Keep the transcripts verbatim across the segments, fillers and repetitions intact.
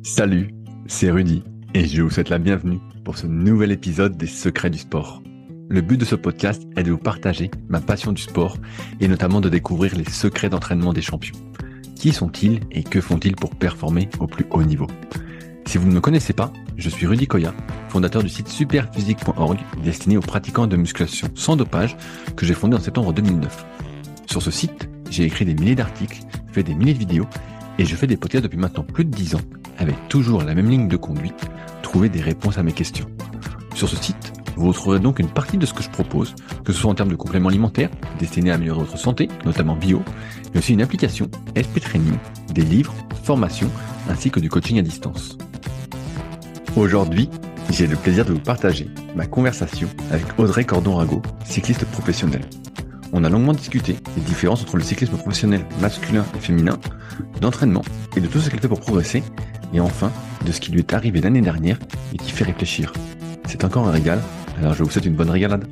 Salut, c'est Rudy et je vous souhaite la bienvenue pour ce nouvel épisode des Secrets du sport. Le but de ce podcast est de vous partager ma passion du sport et notamment de découvrir les secrets d'entraînement des champions. Qui sont-ils et que font-ils pour performer au plus haut niveau? Si vous ne me connaissez pas, je suis Rudy Koya, fondateur du site superphysique point org destiné aux pratiquants de musculation sans dopage que j'ai fondé en septembre deux mille neuf. Sur ce site, j'ai écrit des milliers d'articles, fait des milliers de vidéos et je fais des podcasts depuis maintenant plus de dix ans avec toujours la même ligne de conduite, trouver des réponses à mes questions. Sur ce site, vous retrouverez donc une partie de ce que je propose, que ce soit en termes de compléments alimentaires destinés à améliorer votre santé, notamment bio, mais aussi une application, S P Training, des livres, formations, ainsi que du coaching à distance. Aujourd'hui, j'ai le plaisir de vous partager ma conversation avec Audrey Cordon-Rago, cycliste professionnelle. On a longuement discuté des différences entre le cyclisme professionnel masculin et féminin, d'entraînement et de tout ce qu'elle fait pour progresser, et enfin de ce qui lui est arrivé l'année dernière et qui fait réfléchir. C'est encore un régal, alors je vous souhaite une bonne régalade.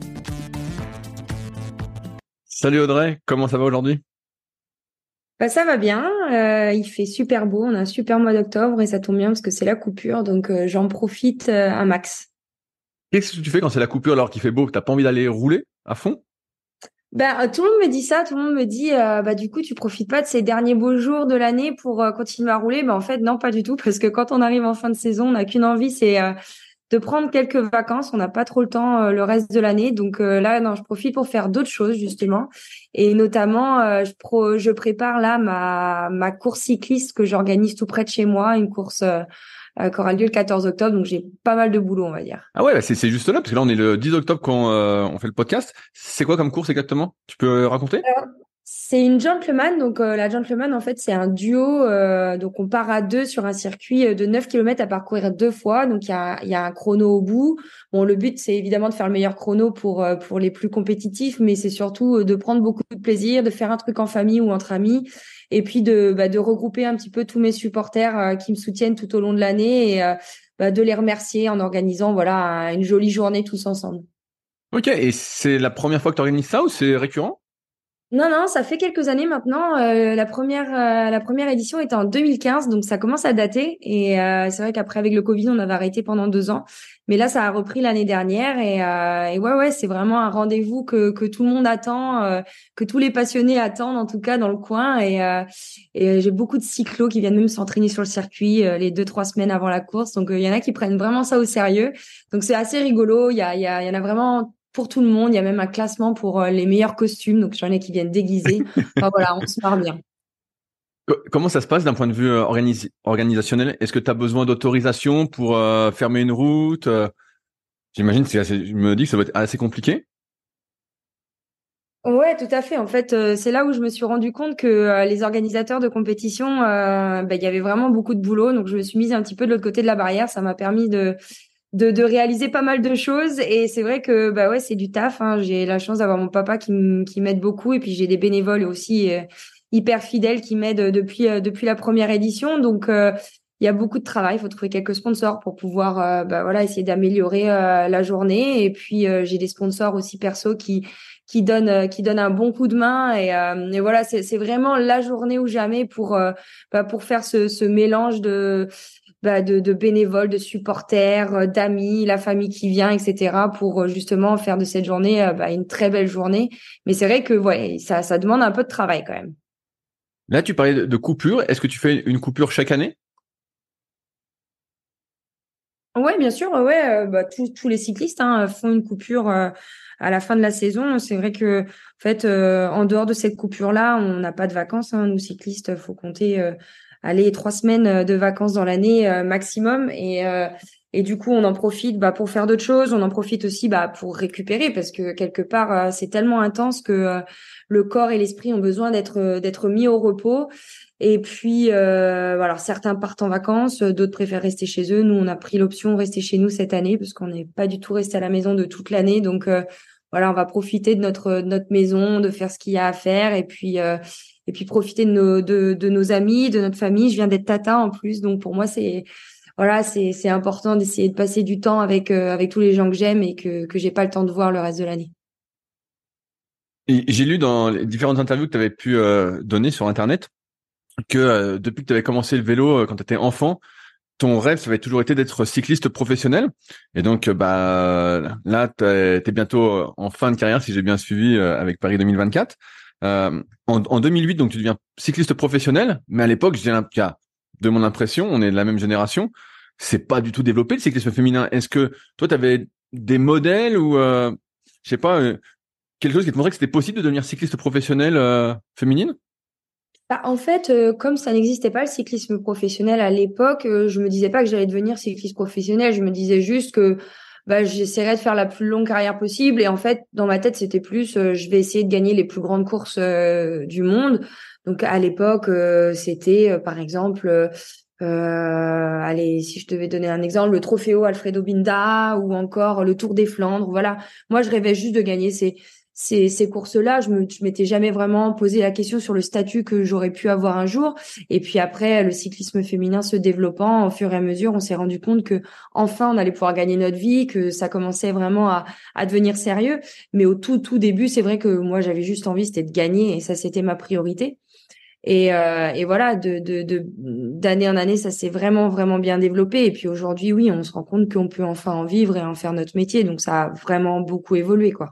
Salut Audrey, comment ça va aujourd'hui? Bah ça va bien, euh, il fait super beau, on a un super mois d'octobre et ça tombe bien parce que c'est la coupure, donc euh, j'en profite euh, un max. Qu'est-ce que tu fais quand c'est la coupure alors qu'il fait beau? T'as pas envie d'aller rouler à fond? Ben euh, tout le monde me dit ça, tout le monde me dit euh, bah du coup tu profites pas de ces derniers beaux jours de l'année pour euh, continuer à rouler. Ben en fait non, pas du tout, parce que quand on arrive en fin de saison, on n'a qu'une envie, c'est euh, de prendre quelques vacances. On n'a pas trop le temps euh, le reste de l'année, donc euh, là non, je profite pour faire d'autres choses justement, et notamment euh, je pro je prépare là ma ma course cycliste que j'organise tout près de chez moi, une course euh, euh, qui aura lieu le quatorze octobre, donc j'ai pas mal de boulot, on va dire. Ah ouais, bah c'est, c'est juste là, parce que là on est le dix octobre quand euh, on fait le podcast. C'est quoi comme course exactement? Tu peux euh, raconter? C'est une gentleman, donc euh, la gentleman en fait c'est un duo, euh, donc on part à deux sur un circuit euh, de neuf kilomètres à parcourir deux fois, donc il y a, il y a un chrono au bout. Bon, le but c'est évidemment de faire le meilleur chrono pour euh, pour les plus compétitifs, mais c'est surtout euh, de prendre beaucoup de plaisir, de faire un truc en famille ou entre amis, et puis de bah, de regrouper un petit peu tous mes supporters euh, qui me soutiennent tout au long de l'année, et euh, bah, de les remercier en organisant voilà une jolie journée tous ensemble. Ok, et c'est la première fois que tu organises ça ou c'est récurrent? Non, non, ça fait quelques années maintenant. Euh, la première, euh, la première édition était en deux mille quinze, donc ça commence à dater. Et euh, c'est vrai qu'après, avec le Covid, on avait arrêté pendant deux ans. Mais là, ça a repris l'année dernière. Et, euh, et ouais, ouais, c'est vraiment un rendez-vous que, que tout le monde attend, euh, que tous les passionnés attendent, en tout cas dans le coin. Et, euh, et j'ai beaucoup de cyclos qui viennent même s'entraîner sur le circuit euh, les deux, trois semaines avant la course. Donc, euh, il y en a qui prennent vraiment ça au sérieux. Donc, c'est assez rigolo. Il y a, il y a, il y en a vraiment pour tout le monde. Il y a même un classement pour euh, les meilleurs costumes. Donc, j'en ai qui viennent déguisés. Enfin, voilà, on se marre bien. Co- Comment ça se passe d'un point de vue euh, organis- organisationnel? Est-ce que tu as besoin d'autorisation pour euh, fermer une route? Euh, J'imagine, c'est assez, je me dis que ça va être assez compliqué. Ouais, tout à fait. En fait, euh, c'est là où je me suis rendu compte que euh, les organisateurs de compétition, euh, bah, il y avait vraiment beaucoup de boulot. Donc, je me suis mise un petit peu de l'autre côté de la barrière. Ça m'a permis de, de, de réaliser pas mal de choses. Et c'est vrai que bah ouais, c'est du taf, hein. J'ai la chance d'avoir mon papa qui, m- qui m'aide beaucoup. Et puis, j'ai des bénévoles aussi euh, hyper fidèles qui m'aident depuis, euh, depuis la première édition. Donc, euh, il y a beaucoup de travail. Il faut trouver quelques sponsors pour pouvoir euh, bah, voilà, essayer d'améliorer euh, la journée. Et puis, euh, j'ai des sponsors aussi perso qui qui donne euh, qui donne un bon coup de main, et, euh, et voilà, c'est c'est vraiment la journée ou jamais pour euh, bah, pour faire ce ce mélange de bah, de, de bénévoles, de supporters, euh, d'amis, la famille qui vient, et cetera, pour euh, justement faire de cette journée euh, bah, une très belle journée. Mais c'est vrai que ouais, ça ça demande un peu de travail quand même. Là, tu parlais de, de coupure. Est-ce que tu fais une coupure chaque année? Ouais, bien sûr, ouais, ouais, euh, bah, tous tous les cyclistes hein, font une coupure euh, à la fin de la saison. C'est vrai que, en fait, euh, en dehors de cette coupure-là, on n'a pas de vacances. Hein, nous cyclistes, faut compter euh, aller trois semaines euh, de vacances dans l'année euh, maximum, et euh, et du coup, on en profite bah, pour faire d'autres choses. On en profite aussi bah, pour récupérer, parce que quelque part, euh, c'est tellement intense que euh, le corps et l'esprit ont besoin d'être euh, d'être mis au repos. Et puis, euh, voilà, certains partent en vacances, euh, d'autres préfèrent rester chez eux. Nous, on a pris l'option rester chez nous cette année parce qu'on n'est pas du tout resté à la maison de toute l'année. Donc, euh, voilà, on va profiter de notre de notre maison, de faire ce qu'il y a à faire, et puis euh, et puis profiter de nos de, de nos amis, de notre famille. Je viens d'être tata en plus, donc pour moi, c'est voilà, c'est c'est important d'essayer de passer du temps avec euh, avec tous les gens que j'aime et que que j'ai pas le temps de voir le reste de l'année. Et j'ai lu dans les différentes interviews que tu avais pu euh, donner sur Internet que euh, depuis que tu avais commencé le vélo euh, quand tu étais enfant, ton rêve, ça avait toujours été d'être cycliste professionnel. Et donc, bah là, t'es, t'es bientôt en fin de carrière, si j'ai bien suivi, euh, avec Paris deux mille vingt-quatre. Euh, en, en deux mille huit, donc tu deviens cycliste professionnel. Mais à l'époque, j'ai l'imp- de mon impression, on est de la même génération, c'est pas du tout développé le cyclisme féminin. Est-ce que toi, tu avais des modèles ou, euh, je sais pas, euh, quelque chose qui te montrait que c'était possible de devenir cycliste professionnelle euh, féminine? Bah, en fait, euh, comme ça n'existait pas le cyclisme professionnel à l'époque, euh, je me disais pas que j'allais devenir cycliste professionnel. Je me disais juste que bah, j'essaierais de faire la plus longue carrière possible. Et en fait, dans ma tête, c'était plus, euh, je vais essayer de gagner les plus grandes courses euh, du monde. Donc à l'époque, euh, c'était euh, par exemple, euh, euh, allez, si je devais donner un exemple, le Trofeo Alfredo Binda ou encore le Tour des Flandres. Voilà, moi je rêvais juste de gagner ces ces, ces courses-là. Je me, je m'étais jamais vraiment posé la question sur le statut que j'aurais pu avoir un jour. Et puis après, le cyclisme féminin se développant, au fur et à mesure, on s'est rendu compte que enfin on allait pouvoir gagner notre vie, que ça commençait vraiment à, à devenir sérieux. Mais au tout, tout début, c'est vrai que moi, j'avais juste envie, c'était de gagner et ça, c'était ma priorité. Et, euh, et voilà, de, de, de, d'année en année, ça s'est vraiment, vraiment bien développé. Et puis aujourd'hui, oui, on se rend compte qu'on peut enfin en vivre et en faire notre métier. Donc ça a vraiment beaucoup évolué, quoi.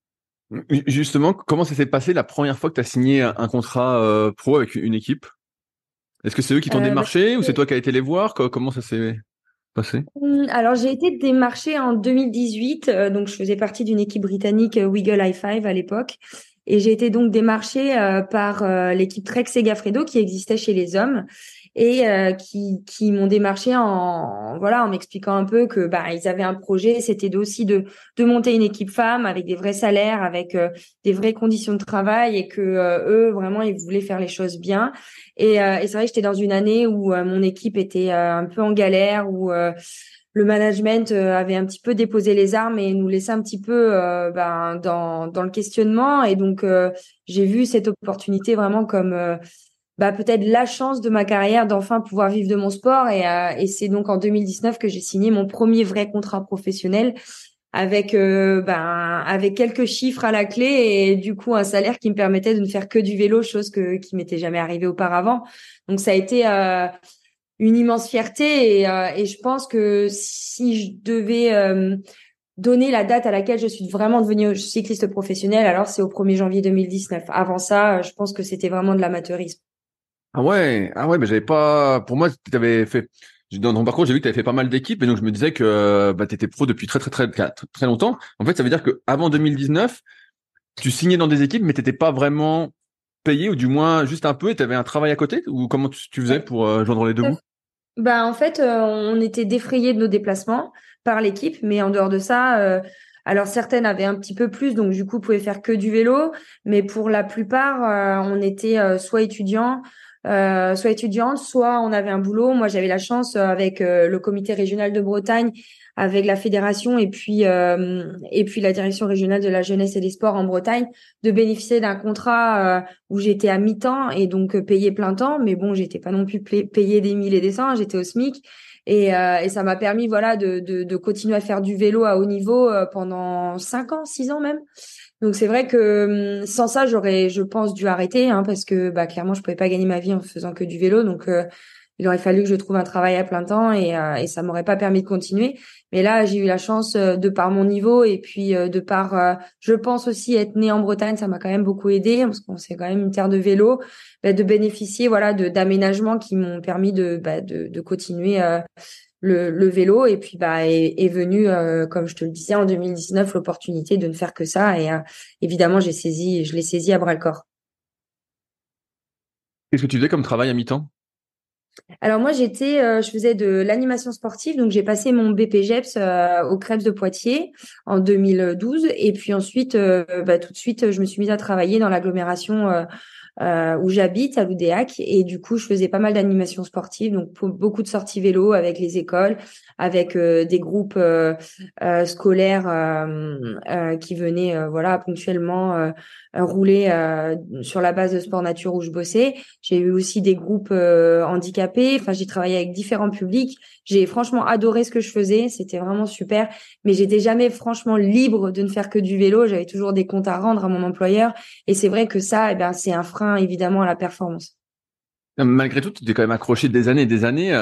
Justement, comment ça s'est passé la première fois que tu as signé un, un contrat euh, pro avec une équipe? Est-ce que c'est eux qui t'ont Euh, bah, démarché ou c'est toi qui as été les voir? Co- Comment ça s'est passé? Hum, Alors, j'ai été démarchée en deux mille dix-huit, euh, donc je faisais partie d'une équipe britannique euh, Wiggle High Five à l'époque, et j'ai été donc démarchée euh, par euh, l'équipe Trek Segafredo qui existait chez les hommes et euh, qui qui m'ont démarché en voilà en m'expliquant un peu que bah ils avaient un projet, c'était de- aussi de de monter une équipe femme avec des vrais salaires, avec euh, des vraies conditions de travail et que euh, eux vraiment ils voulaient faire les choses bien. Et, euh, et c'est vrai que j'étais dans une année où euh, mon équipe était euh, un peu en galère, où euh, le management euh, avait un petit peu déposé les armes et nous laissait un petit peu euh, ben, dans, dans le questionnement. Et donc, euh, j'ai vu cette opportunité vraiment comme euh, bah, peut-être la chance de ma carrière d'enfin pouvoir vivre de mon sport. Et, euh, et c'est donc en deux mille dix-neuf que j'ai signé mon premier vrai contrat professionnel avec euh, ben avec quelques chiffres à la clé et du coup un salaire qui me permettait de ne faire que du vélo, chose que qui m'était jamais arrivée auparavant. Donc ça a été euh, une immense fierté et, euh, et je pense que si je devais euh, donner la date à laquelle je suis vraiment devenue cycliste professionnelle, alors c'est au premier janvier deux mille dix-neuf. Avant ça, euh, je pense que c'était vraiment de l'amateurisme. Ah ouais, ah ouais, mais j'avais pas. Pour moi, tu avais fait. Dans ton parcours, j'ai vu que tu avais fait pas mal d'équipes, et donc je me disais que euh, bah, tu étais pro depuis très très très très très longtemps. En fait, ça veut dire que avant deux mille dix-neuf, tu signais dans des équipes, mais t'étais pas vraiment payé, ou du moins juste un peu, et tu avais un travail à côté, ou comment tu, tu faisais Ouais. pour euh, joindre les deux bouts? Bah, en fait, euh, on était défrayés de nos déplacements par l'équipe, mais en dehors de ça, euh, alors certaines avaient un petit peu plus, donc du coup, pouvaient faire que du vélo, mais pour la plupart, euh, on était euh, soit étudiants, euh, soit étudiantes, soit on avait un boulot. Moi, j'avais la chance euh, avec euh, le comité régional de Bretagne, avec la fédération et puis euh, et puis la direction régionale de la jeunesse et des sports en Bretagne, de bénéficier d'un contrat. Euh, où j'étais à mi-temps et donc euh, payée plein temps, mais bon, j'étais pas non plus pla- payée des mille et des cents, j'étais au SMIC et, euh, et ça m'a permis voilà de, de, de continuer à faire du vélo à haut niveau euh, pendant cinq ans, six ans même. Donc c'est vrai que hum, sans ça, j'aurais, je pense, dû arrêter hein, parce que bah clairement, je pouvais pas gagner ma vie en faisant que du vélo, donc euh, il aurait fallu que je trouve un travail à plein temps et, euh, et ça m'aurait pas permis de continuer. Mais là, j'ai eu la chance euh, de par mon niveau et puis euh, de par, euh, je pense aussi être née en Bretagne, ça m'a quand même beaucoup aidé parce qu'on c'est quand même une terre de vélo, bah, de bénéficier voilà de d'aménagements qui m'ont permis de bah, de, de continuer euh, le, le vélo et puis bah est, est venue euh, comme je te le disais en deux mille dix-neuf l'opportunité de ne faire que ça et euh, évidemment j'ai saisi, je l'ai saisi à bras le corps. Qu'est-ce que tu faisais comme travail à mi-temps? Alors moi j'étais, euh, je faisais de l'animation sportive, donc j'ai passé mon B P G E P S euh, au Krebs de Poitiers en deux mille douze et puis ensuite, euh, bah, tout de suite, je me suis mise à travailler dans l'agglomération euh, euh, où j'habite à Loudéac et du coup je faisais pas mal d'animation sportive, donc pour- beaucoup de sorties vélo avec les écoles, avec euh, des groupes euh, euh, scolaires euh, euh, qui venaient euh, voilà ponctuellement euh, rouler euh, sur la base de sport nature où je bossais. J'ai eu aussi des groupes euh, handicapés. Enfin, j'ai travaillé avec différents publics. J'ai franchement adoré ce que je faisais. C'était vraiment super. Mais j'étais jamais franchement libre de ne faire que du vélo. J'avais toujours des comptes à rendre à mon employeur. Et c'est vrai que ça, eh ben, c'est un frein évidemment à la performance. Malgré tout, tu t'es quand même accroché des années et des années. euh,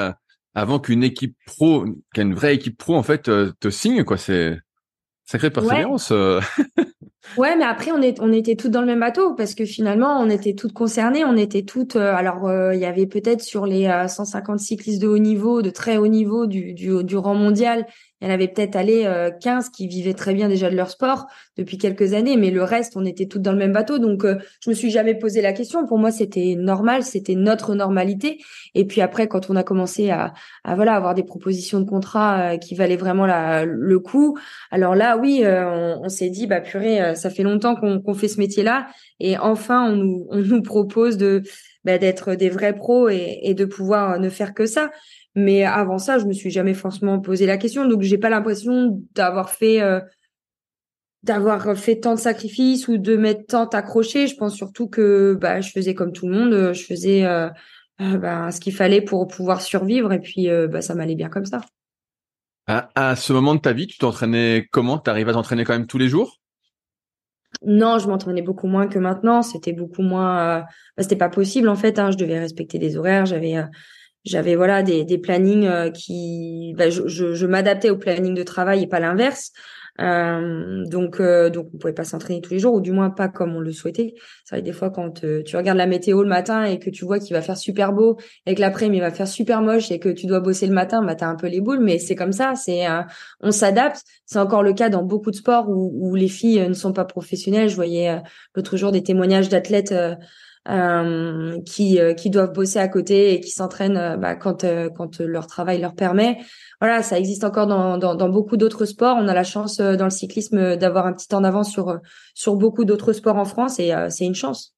avant qu'une équipe pro, qu'une vraie équipe pro, en fait, euh, te signe, quoi. C'est sacrée Ouais. persévérance. euh. Ouais, mais après on est on était toutes dans le même bateau parce que finalement on était toutes concernées, on était toutes euh, alors euh, il y avait peut-être sur les euh, cent cinquante cyclistes de haut niveau, de très haut niveau du du, du rang mondial, il y en avait peut-être allé euh, quinze qui vivaient très bien déjà de leur sport depuis quelques années, mais le reste on était toutes dans le même bateau, donc euh, je me suis jamais posé la question. Pour moi c'était normal, c'était notre normalité. Et puis après quand on a commencé à à voilà avoir des propositions de contrat euh, qui valaient vraiment la le coup. Alors là, oui, euh, on, on s'est dit, bah purée, euh, ça fait longtemps qu'on qu'on fait ce métier-là, et enfin, on nous, on nous propose de bah, d'être des vrais pros et, et de pouvoir ne faire que ça. Mais avant ça, je me suis jamais forcément posé la question, donc j'ai pas l'impression d'avoir fait euh, d'avoir fait tant de sacrifices ou de m'être tant accrochée. Je pense surtout que bah je faisais comme tout le monde, euh, je faisais euh, euh, bah, ce qu'il fallait pour pouvoir survivre, et puis euh, bah ça m'allait bien comme ça. À, à ce moment de ta vie, tu t'entraînais comment? T'arrives à t'entraîner quand même tous les jours? Non, je m'entraînais beaucoup moins que maintenant. C'était beaucoup moins. Euh, bah, c'était pas possible en fait. Hein. Je devais respecter des horaires. J'avais, euh, j'avais voilà des, des plannings euh, qui. Bah, je, je, je m'adaptais au planning de travail et pas l'inverse. Euh, donc, euh, donc on pouvait pas s'entraîner tous les jours, ou du moins pas comme on le souhaitait. C'est vrai que des fois quand euh, tu regardes la météo le matin et que tu vois qu'il va faire super beau et que l'après-midi il va faire super moche et que tu dois bosser le matin, bah t'as un peu les boules. Mais c'est comme ça. C'est euh, on s'adapte. C'est encore le cas dans beaucoup de sports où, où les filles euh, ne sont pas professionnelles. Je voyais euh, l'autre jour des témoignages d'athlètes euh, euh, qui euh, qui doivent bosser à côté et qui s'entraînent euh, bah, quand euh, quand leur travail leur permet. Voilà, ça existe encore dans dans, dans beaucoup d'autres sports. On a la chance euh, dans le cyclisme euh, d'avoir un petit temps d'avance sur euh, sur beaucoup d'autres sports en France, et euh, c'est une chance.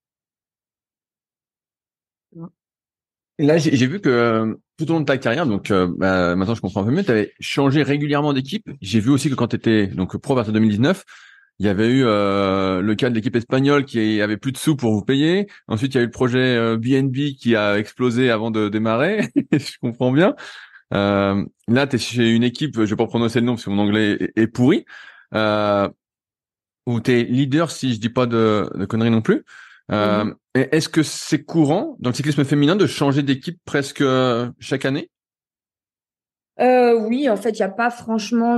Et là, j'ai j'ai vu que euh, tout au long de ta carrière, donc euh, bah, maintenant je comprends un peu mieux, tu avais changé régulièrement d'équipe. J'ai vu aussi que quand tu étais donc pro à partir de deux mille dix-neuf, il y avait eu euh, le cas de l'équipe espagnole qui avait plus de sous pour vous payer. Ensuite, il y a eu le projet euh, B N B qui a explosé avant de démarrer. Je comprends bien. Euh, là, tu es chez une équipe, je vais pas prononcer le nom parce que mon anglais est, est pourri, euh, où tu es leader, si je dis pas de, de conneries non plus. Euh, et est-ce que c'est courant dans le cyclisme féminin de changer d'équipe presque euh, chaque année? Euh, oui, en fait, il n'y a pas franchement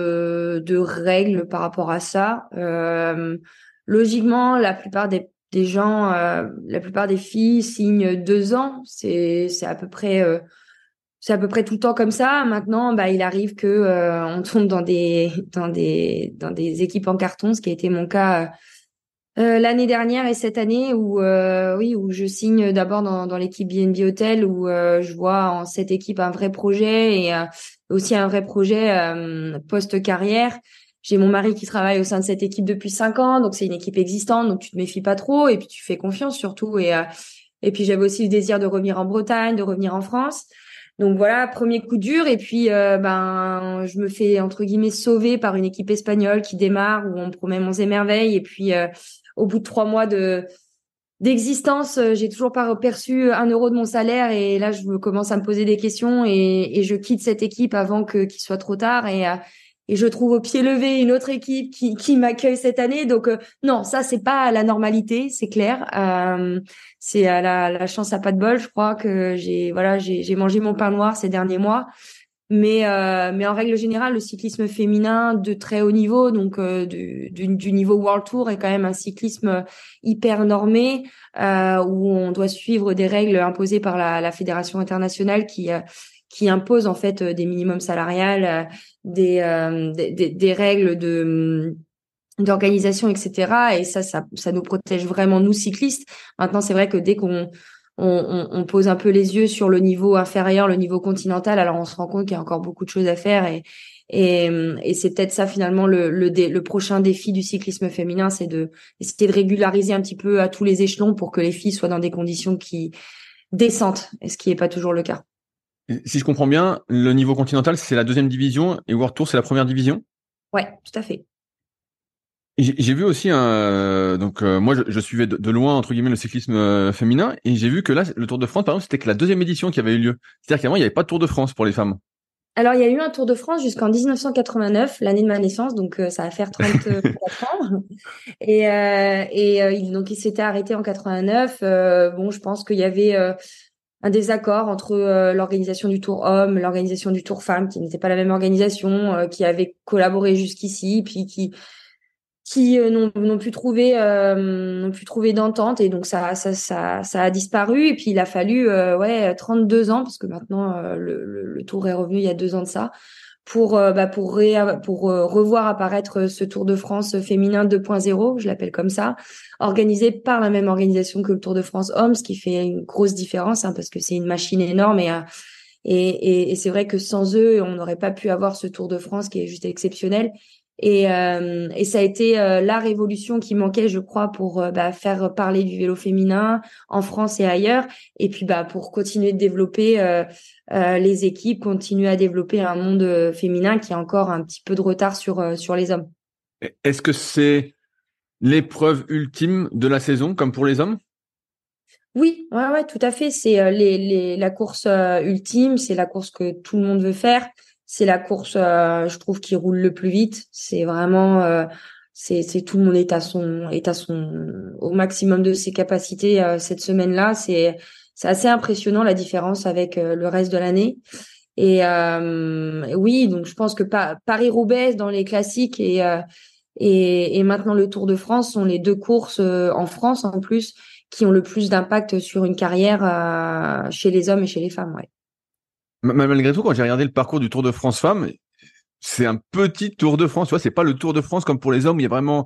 de, de règles par rapport à ça. Euh, logiquement, la plupart des, des gens, euh, la plupart des filles signent deux ans. C'est, c'est à peu près, euh, c'est à peu près tout le temps comme ça. Maintenant, bah, il arrive que euh, on tombe dans des, dans des, dans des équipes en carton, ce qui a été mon cas. Euh, euh, l'année dernière et cette année, où euh, oui, où je signe d'abord dans, dans l'équipe B N B Hotel, où euh, je vois en cette équipe un vrai projet, et euh, aussi un vrai projet euh, post-carrière. J'ai mon mari qui travaille au sein de cette équipe depuis cinq ans, donc c'est une équipe existante, donc tu te méfies pas trop et puis tu fais confiance surtout. Et euh, et puis j'avais aussi le désir de revenir en Bretagne, de revenir en France. Donc voilà, premier coup dur. Et puis euh, ben je me fais entre guillemets sauver par une équipe espagnole qui démarre, où on me promet monts et merveilles. Et puis euh, au bout de trois mois de d'existence, euh, j'ai toujours pas perçu un euro de mon salaire, et là je me commence à me poser des questions, et, et je quitte cette équipe avant que qu'il soit trop tard, et euh, et je trouve au pied levé une autre équipe qui qui m'accueille cette année. Donc euh, non, ça c'est pas la normalité, c'est clair. Euh, c'est à la la chance à pas de bol. Je crois que j'ai voilà j'ai j'ai mangé mon pain noir ces derniers mois. Mais, euh, mais en règle générale, le cyclisme féminin de très haut niveau, donc euh, du, du, du niveau World Tour, est quand même un cyclisme hyper normé, euh, où on doit suivre des règles imposées par la, la fédération internationale, qui euh, qui impose en fait des minimums salariales, euh, des, euh, des, des des règles de d'organisation, et cetera. Et ça, ça, ça nous protège vraiment, nous cyclistes. Maintenant, c'est vrai que dès qu'on on, on, on pose un peu les yeux sur le niveau inférieur, le niveau continental, alors on se rend compte qu'il y a encore beaucoup de choses à faire. Et, et, et c'est peut-être ça finalement le, le, dé, le prochain défi du cyclisme féminin, c'est de essayer de régulariser un petit peu à tous les échelons pour que les filles soient dans des conditions qui décentes, et ce qui n'est pas toujours le cas. Si je comprends bien, le niveau continental, c'est la deuxième division et World Tour, c'est la première division. Ouais, tout à fait. J'ai j'ai vu aussi un euh, donc euh, moi je, je suivais de, de loin entre guillemets le cyclisme euh, féminin et j'ai vu que là le Tour de France par exemple c'était que la deuxième édition qui avait eu lieu. C'est-à-dire qu'avant il n'y avait pas de Tour de France pour les femmes. Alors, il y a eu un Tour de France jusqu'en dix-neuf cent quatre-vingt-neuf, l'année de ma naissance, donc euh, ça va faire trente-quatre ans. Et, euh, et euh, il, donc il s'était arrêté en quatre-vingt-neuf. Euh, bon, je pense qu'il y avait euh, un désaccord entre euh, l'organisation du Tour homme, l'organisation du Tour femme, qui n'était pas la même organisation, euh, qui avait collaboré jusqu'ici, puis qui qui euh, n'ont n'ont plus trouvé euh, n'ont plus trouvé d'entente, et donc ça ça ça ça a disparu. Et puis il a fallu euh, ouais trente-deux ans, parce que maintenant euh, le, le le Tour est revenu il y a deux ans de ça, pour euh, bah pour ré, pour euh, revoir apparaître ce Tour de France féminin deux point zéro, je l'appelle comme ça, organisé par la même organisation que le Tour de France homme, ce qui fait une grosse différence, hein, parce que c'est une machine énorme. Et euh, et, et, et c'est vrai que sans eux, on n'aurait pas pu avoir ce Tour de France qui est juste exceptionnel. Et, euh, et ça a été euh, la révolution qui manquait, je crois, pour euh, bah, faire parler du vélo féminin en France et ailleurs. Et puis bah pour continuer de développer euh, euh, les équipes, continuer à développer un monde euh, féminin qui a encore un petit peu de retard sur euh, sur les hommes. Est-ce que c'est l'épreuve ultime de la saison, comme pour les hommes? Oui, ouais, ouais, tout à fait. C'est euh, les, les, la course euh, ultime, c'est la course que tout le monde veut faire. C'est la course, euh, je trouve, qui roule le plus vite. C'est vraiment, euh, c'est, c'est tout le monde est à son, est à son, au maximum de ses capacités euh, cette semaine-là. C'est, c'est assez impressionnant la différence avec euh, le reste de l'année. Et euh, oui, donc je pense que pa- Paris-Roubaix dans les classiques et euh, et, et maintenant le Tour de France sont les deux courses euh, en France en plus qui ont le plus d'impact sur une carrière euh, chez les hommes et chez les femmes. Ouais. Ma- Malgré tout, quand j'ai regardé le parcours du Tour de France femmes, c'est un petit Tour de France. Tu vois, c'est pas le Tour de France comme pour les hommes, où il y a vraiment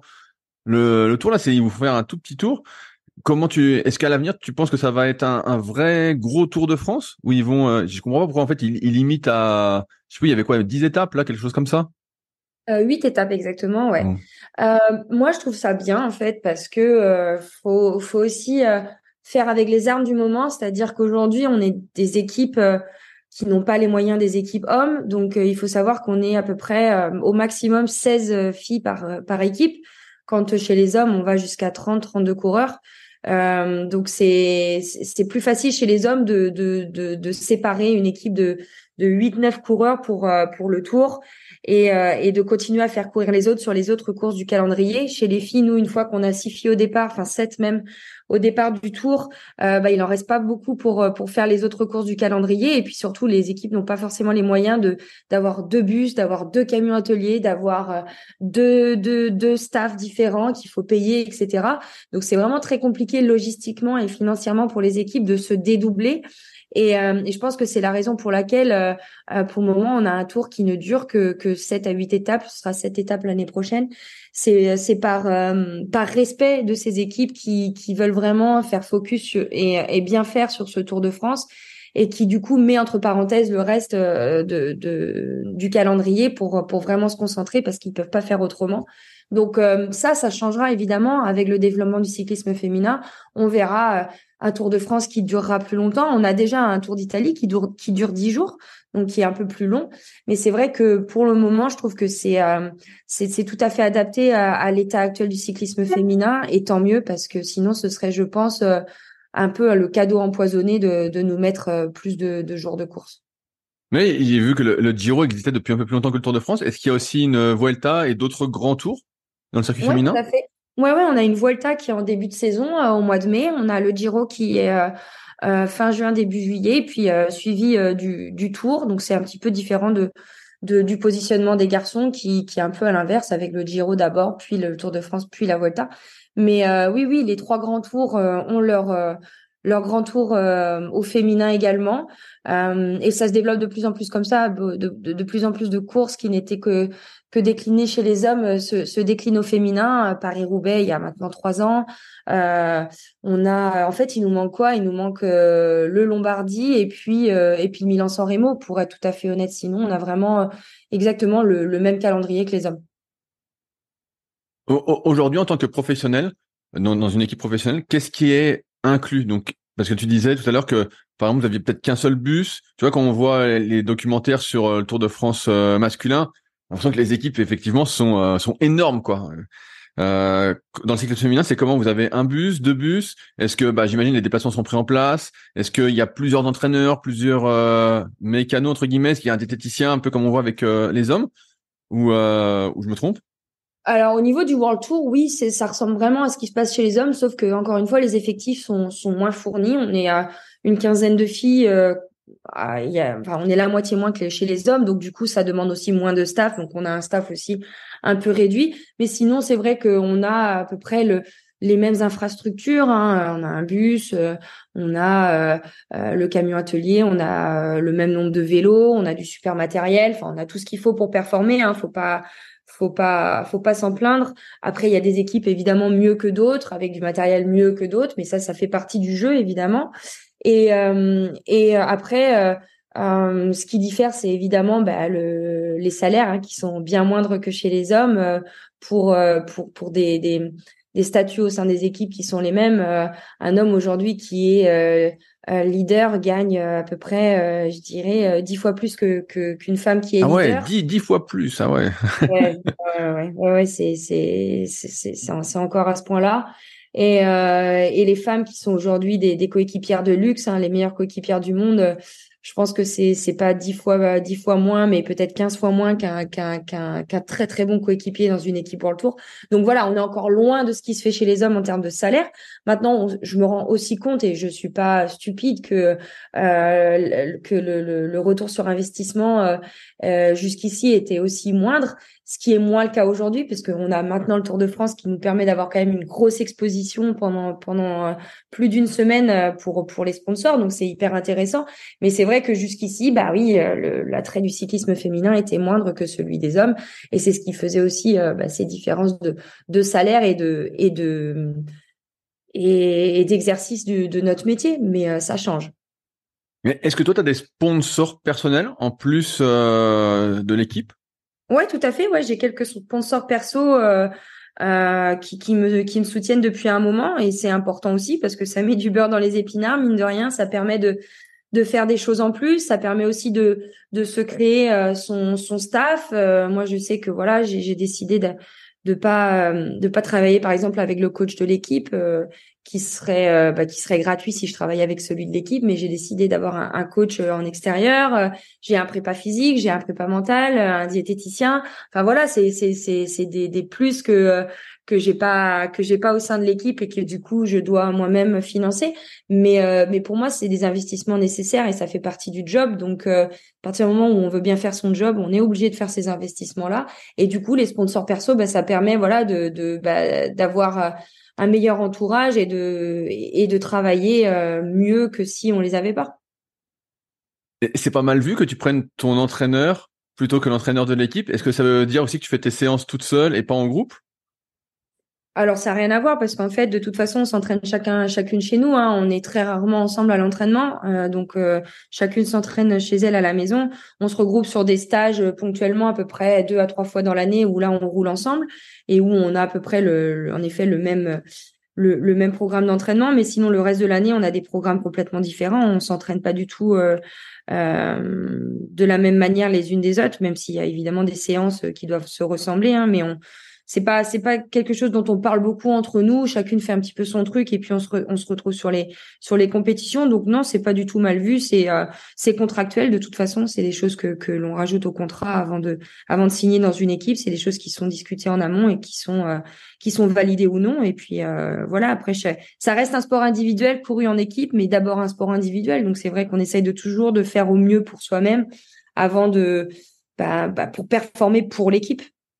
le, le tour là, c'est il vous faut faire un tout petit tour. Comment tu, est-ce qu'à l'avenir, tu penses que ça va être un, un vrai gros Tour de France où ils vont, euh, je comprends pas pourquoi en fait ils, ils limitent à, je sais pas, il y avait quoi, dix étapes là, quelque chose comme ça? Euh, huit étapes exactement, ouais. Bon. Euh, moi, je trouve ça bien en fait parce que euh, faut faut aussi euh, faire avec les armes du moment, c'est-à-dire qu'aujourd'hui, on est des équipes euh, qui n'ont pas les moyens des équipes hommes, donc euh, il faut savoir qu'on est à peu près euh, au maximum seize euh, filles par euh, par équipe. Quand euh, chez les hommes, on va jusqu'à trente, trente-deux coureurs. Euh, donc c'est c'est plus facile chez les hommes de de de, de séparer une équipe de de huit, neuf coureurs pour euh, pour le Tour et, euh, et de continuer à faire courir les autres sur les autres courses du calendrier. Chez les filles, nous, une fois qu'on a six filles au départ, enfin sept même au départ du Tour, euh, bah, il en reste pas beaucoup pour pour faire les autres courses du calendrier. Et puis surtout, les équipes n'ont pas forcément les moyens de d'avoir deux bus, d'avoir deux camions ateliers, d'avoir euh, deux deux deux staffs différents qu'il faut payer, et cetera. Donc c'est vraiment très compliqué logistiquement et financièrement pour les équipes de se dédoubler. Et, euh, et je pense que c'est la raison pour laquelle, euh, euh, pour le moment, on a un tour qui ne dure que que sept à huit étapes. Ce sera sept étapes l'année prochaine. C'est c'est par euh, par respect de ces équipes qui qui veulent vraiment faire focus sur, et et bien faire sur ce Tour de France, et qui du coup met entre parenthèses le reste euh, de de du calendrier pour pour vraiment se concentrer parce qu'ils peuvent pas faire autrement. Donc euh, ça, ça changera évidemment avec le développement du cyclisme féminin. On verra euh, un Tour de France qui durera plus longtemps. On a déjà un Tour d'Italie qui dure qui dure dix jours, donc qui est un peu plus long. Mais c'est vrai que pour le moment, je trouve que c'est euh, c'est, c'est tout à fait adapté à, à l'état actuel du cyclisme féminin, et tant mieux parce que sinon ce serait, je pense, euh, un peu le cadeau empoisonné de de nous mettre euh, plus de, de jours de course. Mais j'ai vu que le, le Giro existait depuis un peu plus longtemps que le Tour de France. Est-ce qu'il y a aussi une Vuelta et d'autres grands tours dans le circuit Ouais, tout féminin? à fait. Ouais, ouais, on a une Vuelta qui est en début de saison, euh, au mois de mai. On a le Giro qui est euh, euh, fin juin, début juillet, et puis euh, suivi euh, du, du Tour. Donc c'est un petit peu différent de, de du positionnement des garçons qui, qui est un peu à l'inverse, avec le Giro d'abord, puis le Tour de France, puis la Vuelta. Mais euh, oui, oui, les trois grands tours euh, ont leur euh, leur grand tour euh, au féminin également. Euh, et ça se développe de plus en plus comme ça, de, de, de plus en plus de courses qui n'étaient que que déclinées chez les hommes euh, se, se déclinent au féminin. Euh, Paris-Roubaix, il y a maintenant trois ans. Euh, on a, en fait, il nous manque quoi? Il nous manque euh, le Lombardie et puis euh, et puis Milan-San Remo, pour être tout à fait honnête. Sinon, on a vraiment euh, exactement le, le même calendrier que les hommes. Au- au- Aujourd'hui, en tant que professionnel, dans, dans une équipe professionnelle, qu'est-ce qui est inclus? Donc, parce que tu disais tout à l'heure que, par exemple, vous aviez peut-être qu'un seul bus. Tu vois, quand on voit les documentaires sur euh, le Tour de France euh, masculin, on sent que les équipes, effectivement, sont euh, sont énormes, quoi. Euh, dans le cyclisme féminin, c'est comment? Vous avez un bus, deux bus? Est-ce que, bah, j'imagine, les déplacements sont pris en place? Est-ce qu'il y a plusieurs entraîneurs, plusieurs euh, mécanos, entre guillemets? Est-ce qu'il y a un diététicien, un peu comme on voit avec euh, les hommes? Ou, euh, ou je me trompe? Alors au niveau du World Tour, oui, c'est ça ressemble vraiment à ce qui se passe chez les hommes, sauf que encore une fois, les effectifs sont sont moins fournis. On est à une quinzaine de filles. Euh, à- il y a, enfin, on est la moitié moins que chez les hommes, donc du coup, ça demande aussi moins de staff. Donc on a un staff aussi un peu réduit. Mais sinon, c'est vrai qu'on a à peu près le les mêmes infrastructures. Hein. On a un bus, euh, on a euh, euh, le camion atelier, on a euh, le même nombre de vélos, on a du super matériel. Enfin, on a tout ce qu'il faut pour performer. Hein. Faut pas faut pas, faut pas s'en plaindre. Après, il y a des équipes évidemment mieux que d'autres, avec du matériel mieux que d'autres, mais ça, ça fait partie du jeu évidemment. Et euh, et après, euh, euh, ce qui diffère, c'est évidemment bah, le, les salaires hein, qui sont bien moindres que chez les hommes euh, pour euh, pour pour des, des des statuts au sein des équipes qui sont les mêmes. Euh, un homme aujourd'hui qui est euh, euh, leader gagne euh, à peu près, euh, je dirais, euh, dix fois plus que que qu'une femme qui est Ah ouais, leader. dix, dix fois plus, ah ouais. Ouais, ouais, ouais, ouais, ouais, c'est c'est c'est c'est c'est c'est encore à ce point-là. Et euh, et les femmes qui sont aujourd'hui des des coéquipières de luxe, hein, les meilleures coéquipières du monde, euh, je pense que c'est c'est pas dix fois euh, dix fois moins, mais peut-être quinze fois moins qu'un qu'un qu'un qu'un très très bon coéquipier dans une équipe World Tour. Donc voilà, on est encore loin de ce qui se fait chez les hommes en termes de salaire. Maintenant, on- je me rends aussi compte et je suis pas stupide que euh, le- que le, le le retour sur investissement euh, euh, jusqu'ici était aussi moindre. Ce qui est moins le cas aujourd'hui, parce qu'on a maintenant le Tour de France qui nous permet d'avoir quand même une grosse exposition pendant pendant euh, plus d'une semaine euh, pour pour les sponsors, donc c'est hyper intéressant. Mais c'est vrai que jusqu'ici, bah oui, euh, le- l'attrait du cyclisme féminin était moindre que celui des hommes, et c'est ce qui faisait aussi euh, bah, ces différences de de salaire et de et de et, et d'exercice du- de notre métier. Mais euh, ça change. Mais est-ce que toi, tu as des sponsors personnels en plus euh, de l'équipe? Ouais, tout à fait. Ouais, j'ai quelques sponsors perso euh, euh, qui, qui me qui me soutiennent depuis un moment et c'est important aussi parce que ça met du beurre dans les épinards, mine de rien, ça permet de de faire des choses en plus, ça permet aussi de de se créer euh, son son staff. Euh, moi, je sais que voilà, j'ai j'ai décidé de de pas euh, de pas travailler par exemple avec le coach de l'équipe euh, qui serait euh, bah, qui serait gratuit si je travaillais avec celui de l'équipe, mais j'ai décidé d'avoir un, un coach euh, en extérieur. Euh, j'ai un prépa physique, j'ai un prépa mental, euh, un diététicien. Enfin voilà, c'est c'est c'est c'est des des plus que euh, que j'ai pas que j'ai pas au sein de l'équipe et que du coup je dois moi-même financer. Mais euh, mais pour moi, c'est des investissements nécessaires et ça fait partie du job. Donc euh, à partir du moment où on veut bien faire son job, on est obligé de faire ces investissements-là. Et du coup, les sponsors perso, bah, ça permet voilà de de bah, d'avoir euh, un meilleur entourage et de et de travailler euh, mieux que si on les avait pas. Et c'est pas mal vu que tu prennes ton entraîneur plutôt que l'entraîneur de l'équipe. Est-ce que ça veut dire aussi que tu fais tes séances toute seule et pas en groupe? Alors ça n'a rien à voir parce qu'en fait de toute façon on s'entraîne chacun chacune chez nous hein. On est très rarement ensemble à l'entraînement euh, donc euh, chacune s'entraîne chez elle à la maison. On se regroupe sur des stages euh, ponctuellement à peu près deux à trois fois dans l'année où là on roule ensemble et où on a à peu près le, le- en effet le même le, le même programme d'entraînement mais sinon le reste de l'année on a des programmes complètement différents. On s'entraîne pas du tout euh, euh, de la même manière les unes des autres même s'il y a évidemment des séances qui doivent se ressembler hein, mais on c'est pas c'est pas quelque chose dont on parle beaucoup entre nous. Chacune fait un petit peu son truc et puis on se re- on se retrouve sur les sur les compétitions. Donc non, c'est pas du tout mal vu. C'est euh, c'est contractuel de toute façon. C'est des choses que que l'on rajoute au contrat avant de avant de signer dans une équipe. C'est des choses qui sont discutées en amont et qui sont euh, qui sont validées ou non. Et puis euh, voilà. Après, je- ça reste un sport individuel couru en équipe, mais d'abord un sport individuel. Donc c'est vrai qu'on essaye de toujours de faire au mieux pour soi-même avant de bah, bah, pour performer pour l'équipe.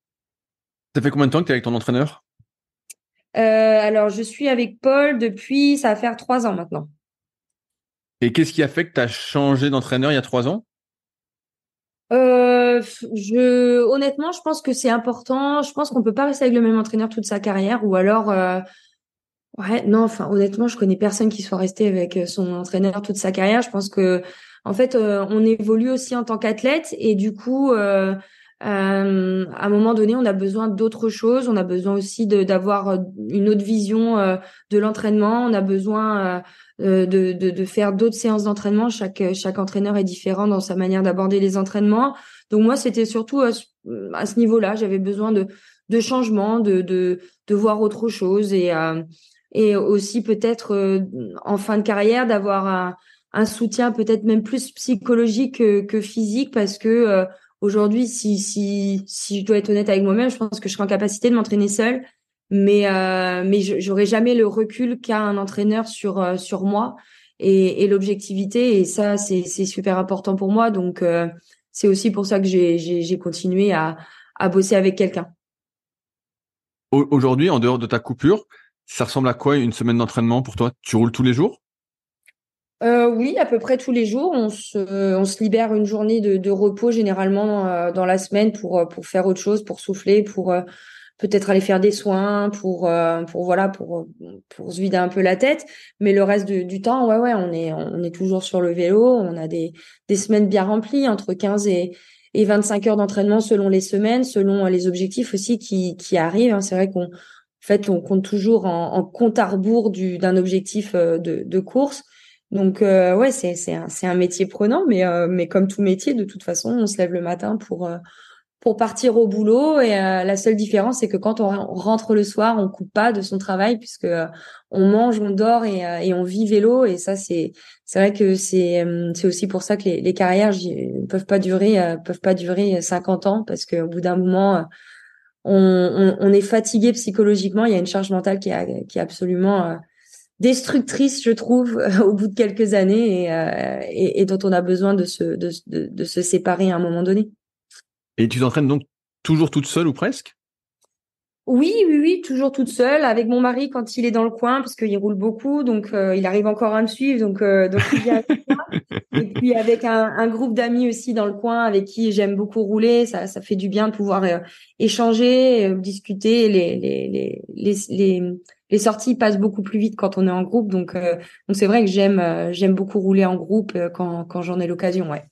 Ça fait combien de temps que tu es avec ton entraîneur? Euh, alors, je suis avec Paul depuis, ça va faire trois ans maintenant. Et qu'est-ce qui a fait que tu as changé d'entraîneur il y a trois ans? Euh, je, honnêtement, je pense que c'est important. Je pense qu'on peut pas rester avec le même entraîneur toute sa carrière, ou alors, euh, ouais, non. Enfin, honnêtement, je connais personne qui soit resté avec son entraîneur toute sa carrière. Je pense que, en fait, euh, on évolue aussi en tant qu'athlète, et du coup, euh, euh, à un moment donné, on a besoin d'autres choses. On a besoin aussi de d'avoir euh, une autre vision euh, de l'entraînement. On a besoin euh, de, de de faire d'autres séances d'entraînement. Chaque chaque entraîneur est différent dans sa manière d'aborder les entraînements. Donc moi, c'était surtout à ce, à ce niveau-là. J'avais besoin de de changement, de de de voir autre chose et euh, et aussi peut-être euh, en fin de carrière d'avoir un, un soutien peut-être même plus psychologique que, que physique parce que euh, aujourd'hui, si si si je dois être honnête avec moi-même, je pense que je serai en capacité de m'entraîner seule, mais euh, mais je- j'aurai jamais le recul qu'a un entraîneur sur euh, sur moi et, et l'objectivité. Et ça, c'est c'est super important pour moi. Donc euh, c'est aussi pour ça que j'ai j'ai j'ai continué à à bosser avec quelqu'un. Au- Aujourd'hui, en dehors de ta coupure, ça ressemble à quoi une semaine d'entraînement pour toi? Tu roules tous les jours? Euh, oui, à peu près tous les jours, on se, on se libère une journée de, de repos généralement euh, dans la semaine pour euh, pour faire autre chose, pour souffler, pour euh, peut-être aller faire des soins, pour euh, pour voilà, pour euh, pour se vider un peu la tête. Mais le reste de- du temps, ouais ouais, on est on est toujours sur le vélo. On a des des semaines bien remplies, entre quinze et et vingt-cinq heures d'entraînement selon les semaines, selon euh, les objectifs aussi qui qui arrivent, hein. C'est vrai qu'on en fait on compte toujours en, en compte à rebours du d'un objectif euh, de de course. Donc euh, ouais, c'est c'est un c'est un métier prenant, mais euh, mais comme tout métier, de toute façon, on se lève le matin pour euh, pour partir au boulot. Et euh, la seule différence, c'est que quand on on rentre le soir, on coupe pas de son travail puisque euh, on mange, on dort et euh, et on vit vélo. Et ça, c'est c'est vrai que c'est euh, c'est aussi pour ça que les les carrières j'y- peuvent pas durer euh, peuvent pas durer cinquante ans parce qu'au bout d'un moment, euh, on, on on est fatigué psychologiquement. Il y a une charge mentale qui est qui est absolument euh, destructrice, je trouve, au bout de quelques années et, euh, et, et dont on a besoin de se, de, de, de se séparer à un moment donné. Et tu t'entraînes donc toujours toute seule ou presque? Oui, oui, oui, toujours toute seule avec mon mari quand il est dans le coin parce qu'il roule beaucoup, donc euh, il arrive encore à me suivre, donc euh, donc il vient. Et puis avec un, un groupe d'amis aussi dans le coin avec qui j'aime beaucoup rouler, ça, ça fait du bien de pouvoir euh, échanger, euh, discuter. Les, les, les, les, les, les sorties passent beaucoup plus vite quand on est en groupe, donc euh, donc c'est vrai que j'aime euh, j'aime beaucoup rouler en groupe euh, quand quand j'en ai l'occasion, ouais.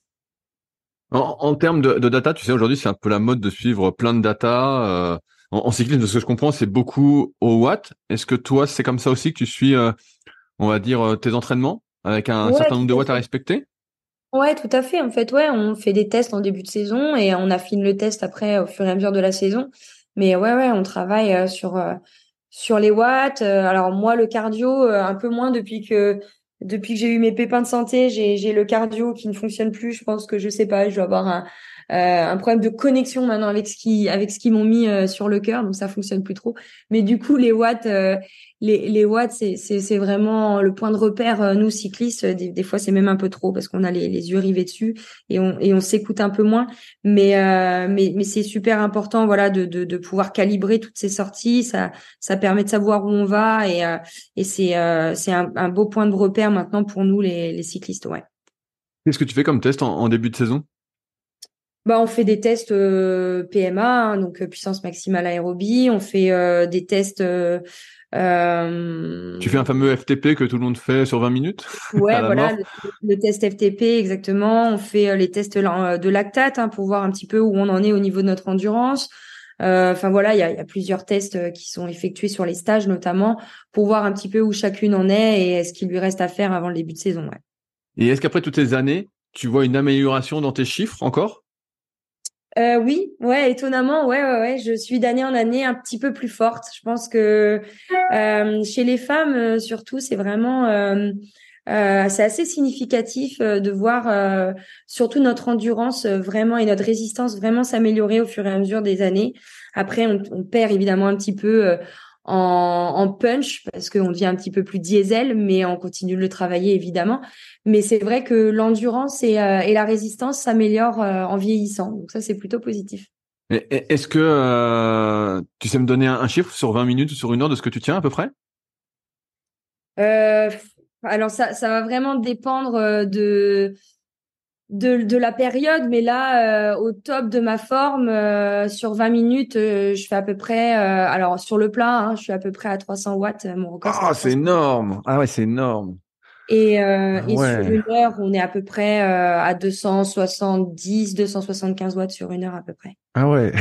En, en termes de, de data, tu sais, aujourd'hui, c'est un peu la mode de suivre plein de data. Euh, en, en cyclisme, de ce que je comprends, c'est beaucoup au watt. Est-ce que toi, c'est comme ça aussi que tu suis, euh, on va dire, euh, tes entraînements avec un Ouais, certain tout nombre de à watts à fait. respecter? Ouais, tout à fait. En fait, ouais, on fait des tests en début de saison et on affine le test après au fur et à mesure de la saison. Mais ouais, ouais, on travaille euh, sur euh, sur les watts. Euh, alors moi, le cardio, euh, un peu moins depuis que depuis que j'ai eu mes pépins de santé, j'ai j'ai le cardio qui ne fonctionne plus. Je pense que je sais pas, je dois avoir un euh, un problème de connexion maintenant avec ce qui avec ce qu'ils m'ont mis euh, sur le cœur, donc ça fonctionne plus trop. Mais du coup, les watts, euh, les les watts, c'est c'est c'est vraiment le point de repère. euh, Nous cyclistes, des, des fois c'est même un peu trop parce qu'on a les les yeux rivés dessus et on et on s'écoute un peu moins. Mais euh, mais mais c'est super important, voilà, de de de pouvoir calibrer toutes ces sorties. Ça ça permet de savoir où on va et euh, et c'est euh, c'est un, un beau point de repère maintenant pour nous les les cyclistes, ouais. Qu'est-ce que tu fais comme test en, en début de saison? Bah, on fait des tests euh, P M A, hein, donc euh, puissance maximale aérobie. On fait euh, des tests, euh, Tu fais euh, un fameux F T P que tout le monde fait sur vingt minutes à ouais, la voilà, mort? le, le test F T P exactement. On fait euh, les tests la- de lactate, hein, pour voir un petit peu où on en est au niveau de notre endurance. Euh, Enfin voilà, il y a, il y a plusieurs tests euh, qui sont effectués sur les stages notamment pour voir un petit peu où chacune en est et ce qu'il lui reste à faire avant le début de saison. Ouais. Et est-ce qu'après toutes ces années, tu vois une amélioration dans tes chiffres encore? Euh, oui, ouais, étonnamment, ouais, ouais, ouais, je suis d'année en année un petit peu plus forte. Je pense que euh, chez les femmes, euh, surtout, c'est vraiment, euh, euh, c'est assez significatif euh, de voir euh, surtout notre endurance euh, vraiment et notre résistance vraiment s'améliorer au fur et à mesure des années. Après, on, on perd évidemment un petit peu euh, en, en punch parce qu'on devient un petit peu plus diesel, mais on continue de le travailler évidemment. Mais c'est vrai que l'endurance et, euh, et la résistance s'améliorent euh, en vieillissant. Donc ça, c'est plutôt positif. Et- et- Est-ce que euh, tu sais me donner un, un chiffre sur vingt minutes ou sur une heure de ce que tu tiens à peu près? Euh, alors ça, ça va vraiment dépendre euh, de, de, de la période. Mais là, euh, au top de ma forme, euh, sur vingt minutes, euh, je fais à peu près, euh, alors sur le plat, hein, je suis à peu près à trois cents watts. Mon record, c'est Ah, c'est trois cents. énorme! Ah ouais, c'est énorme. Et, euh, Ah et sur ouais. une heure, on est à peu près euh, à deux cent soixante-dix, deux cent soixante-quinze watts sur une heure à peu près. Ah ouais.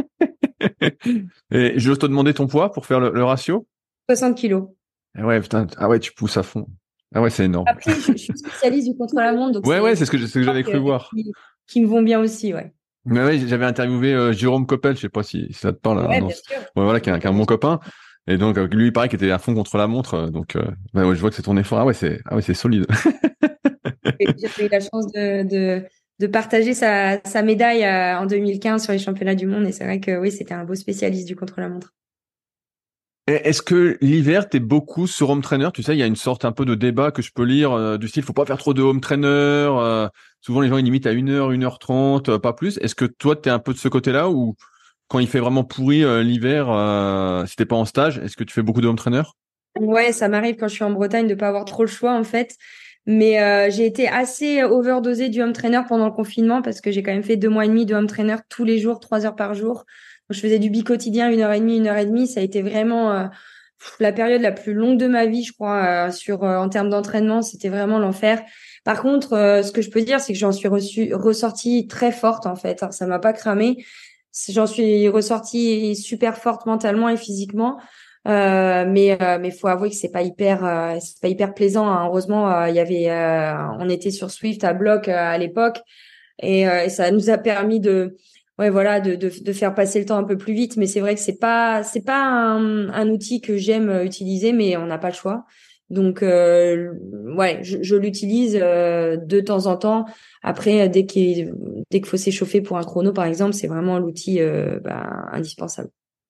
Et je veux te demander ton poids pour faire le, le ratio? soixante kilos. Ah ouais, putain. Ah ouais, tu pousses à fond. Ah ouais, c'est énorme. Après, je, je suis spécialiste du contre-la-montre, donc Ouais, ouais, c'est c'est ce que, je- c'est ce que j'avais que, cru voir. qui, qui me vont bien aussi, ouais. Mais ouais, j'avais interviewé euh, Jérôme Coppel, je sais pas si, si ça te parle. Hein, Ouais, non, bien c'est- sûr. ouais, voilà, qui est un, qui est un bon Bien sûr. copain. Et donc euh, lui, il paraît qu'il était à fond contre la montre. euh, Donc, euh, ouais, ouais, je vois que c'est ton effort. Ah ouais, c'est, ah ouais, c'est solide. Et j'avais eu la chance de, de, de partager sa, sa médaille euh, en deux mille quinze sur les championnats du monde. Et c'est vrai que oui, c'était un beau spécialiste du contre-la-montre. Est-ce que l'hiver, t'es beaucoup sur home trainer? Tu sais, il y a une sorte un peu de débat que je peux lire euh, du style, faut pas faire trop de home trainer. Euh, souvent, les gens ils limitent à une heure, une heure trente, euh, pas plus. Est-ce que toi, t'es un peu de ce côté-là ou quand il fait vraiment pourri euh, l'hiver, euh, si t'es pas en stage, est-ce que tu fais beaucoup de home trainer? Ouais, ça m'arrive quand je suis en Bretagne de pas avoir trop le choix en fait. Mais euh, j'ai été assez overdosée du home trainer pendant le confinement parce que j'ai quand même fait deux mois et demi de home trainer tous les jours, trois heures par jour. Donc, je faisais du bi-quotidien, une heure et demie, une heure et demie. Ça a été vraiment euh, la période la plus longue de ma vie, je crois, euh, sur euh, en termes d'entraînement. C'était vraiment l'enfer. Par contre, euh, ce que je peux dire, c'est que j'en suis reçue, ressortie très forte en fait. Alors, ça m'a pas cramé. J'en suis ressortie super forte mentalement et physiquement. Euh, mais euh, mais faut avouer que c'est pas hyper euh, c'est pas hyper plaisant, hein. Heureusement, euh, il y avait euh, on était sur Swift à bloc euh, à l'époque et, euh, et ça nous a permis de ouais voilà de, de de faire passer le temps un peu plus vite. Mais c'est vrai que c'est pas c'est pas un, un outil que j'aime utiliser, mais on n'a pas le choix. Donc euh, ouais, je, je l'utilise euh, de temps en temps. Après, dès qu'il dès qu'il faut s'échauffer pour un chrono, par exemple, c'est vraiment l'outil euh, bah, indispensable.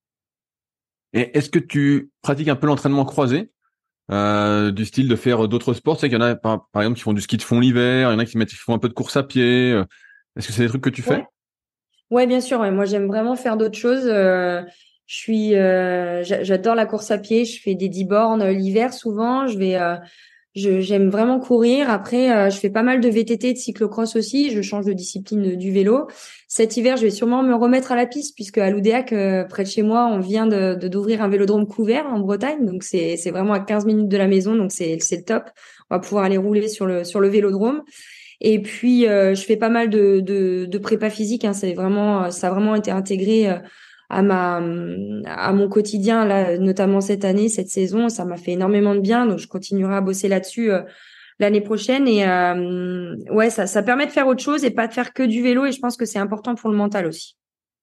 Et est-ce que tu pratiques un peu l'entraînement croisé, euh, du style de faire d'autres sports? Tu sais qu'il y en a, par, par exemple, qui font du ski de fond l'hiver, il y en a qui mettent, qui font un peu de course à pied. euh. Est-ce que c'est des trucs que tu fais? Ouais. Ouais, bien sûr. Ouais. Moi, j'aime vraiment faire d'autres choses. Euh, je suis, euh, j'a- j'adore la course à pied. Je fais des dix bornes euh, l'hiver souvent. Je vais, euh, je, j'aime vraiment courir. Après, euh, je fais pas mal de V T T, de cyclocross aussi. Je change de discipline euh, du vélo. Cet hiver, je vais sûrement me remettre à la piste puisque à Loudéac, euh, près de chez moi, on vient de, de d'ouvrir un vélodrome couvert en Bretagne. Donc c'est, c'est vraiment à quinze minutes de la maison. Donc c'est, c'est le top. On va pouvoir aller rouler sur le, sur le vélodrome. Et puis, euh, je fais pas mal de, de, de prépa physique. Hein. C'est vraiment, ça a vraiment été intégré euh, à ma, à mon quotidien là, notamment cette année, cette saison. Ça m'a fait énormément de bien. Donc, je continuerai à bosser là-dessus euh, l'année prochaine. Et euh, ouais, ça, ça permet de faire autre chose et pas de faire que du vélo. Et je pense que c'est important pour le mental aussi.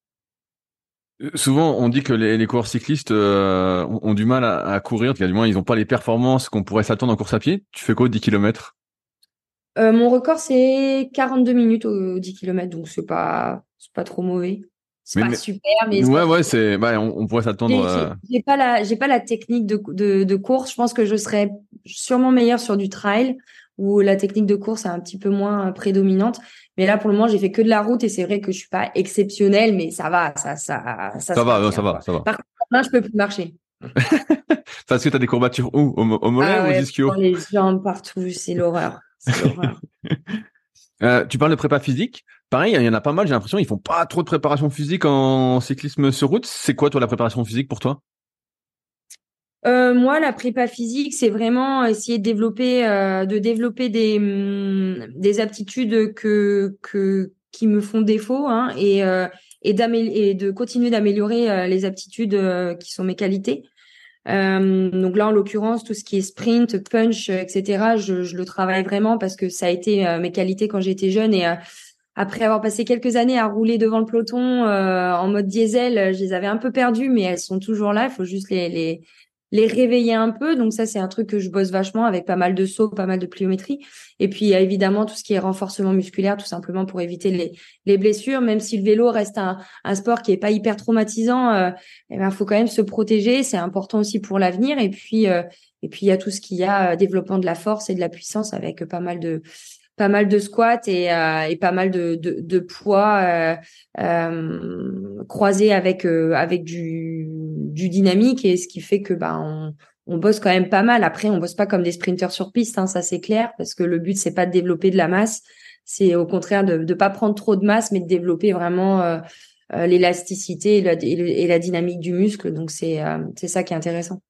Euh, Souvent, on dit que les, les coureurs cyclistes euh, ont, ont du mal à, à courir. En tout cas, du moins, ils n'ont pas les performances qu'on pourrait s'attendre en course à pied. Tu fais quoi, dix kilomètres? Euh, mon record, c'est quarante-deux minutes au dix kilomètres. Donc, c'est pas, c'est pas trop mauvais. C'est Mais, pas mais super, mais c'est ouais, pas ouais, trop. c'est, bah, on, on pourrait s'attendre. J'ai euh, j'ai- j'ai pas la j'ai pas la technique de, de de course. Je pense que je serais sûrement meilleure sur du trail où la technique de course est un petit peu moins euh, prédominante. Mais là, pour le moment, j'ai fait que de la route et c'est vrai que je suis pas exceptionnelle, mais ça va, ça ça ça Ça se va, euh, ça maintient va, quoi. ça va. Par contre, là, je peux plus marcher. Parce que t'as des courbatures où? Au, mo- au mollet Ah ou aux ouais, ischios? dans les jambes partout, c'est l'horreur, c'est l'horreur. Euh, tu parles de prépa physique. Pareil, il y en a pas mal. J'ai l'impression ils font pas trop de préparation physique en cyclisme sur route. C'est quoi, toi, la préparation physique pour toi? Euh, moi, la prépa physique, c'est vraiment essayer de développer, euh, de développer des, hum, des aptitudes que, que, qui me font défaut, hein, et, euh, et, d'amé- et de continuer d'améliorer euh, les aptitudes euh, qui sont mes qualités. Euh, donc là, en l'occurrence, tout ce qui est sprint, punch, euh, et cetera, je, je le travaille vraiment parce que ça a été euh, mes qualités quand j'étais jeune et euh, après avoir passé quelques années à rouler devant le peloton euh, en mode diesel, je les avais un peu perdues, mais elles sont toujours là. Il faut juste les, les les réveiller un peu. Donc ça, c'est un truc que je bosse vachement avec pas mal de sauts, pas mal de pliométrie. Et puis, il y a évidemment tout ce qui est renforcement musculaire, tout simplement pour éviter les, les blessures. Même si le vélo reste un, un sport qui est pas hyper traumatisant, euh, eh ben, faut quand même se protéger. C'est important aussi pour l'avenir. Et puis, euh, et puis, il y a tout ce qui a euh, développement de la force et de la puissance avec pas mal de pas mal de squats et, euh, et pas mal de, de, de poids euh, euh, croisés avec euh, avec du, du dynamique et ce qui fait que bah on, on bosse quand même pas mal. Après, on bosse pas comme des sprinteurs sur piste, hein, ça c'est clair, parce que le but c'est pas de développer de la masse, c'est au contraire de de pas prendre trop de masse, mais de développer vraiment euh, euh, l'élasticité et la, et, le- et la dynamique du muscle. Donc c'est euh, c'est ça qui est intéressant.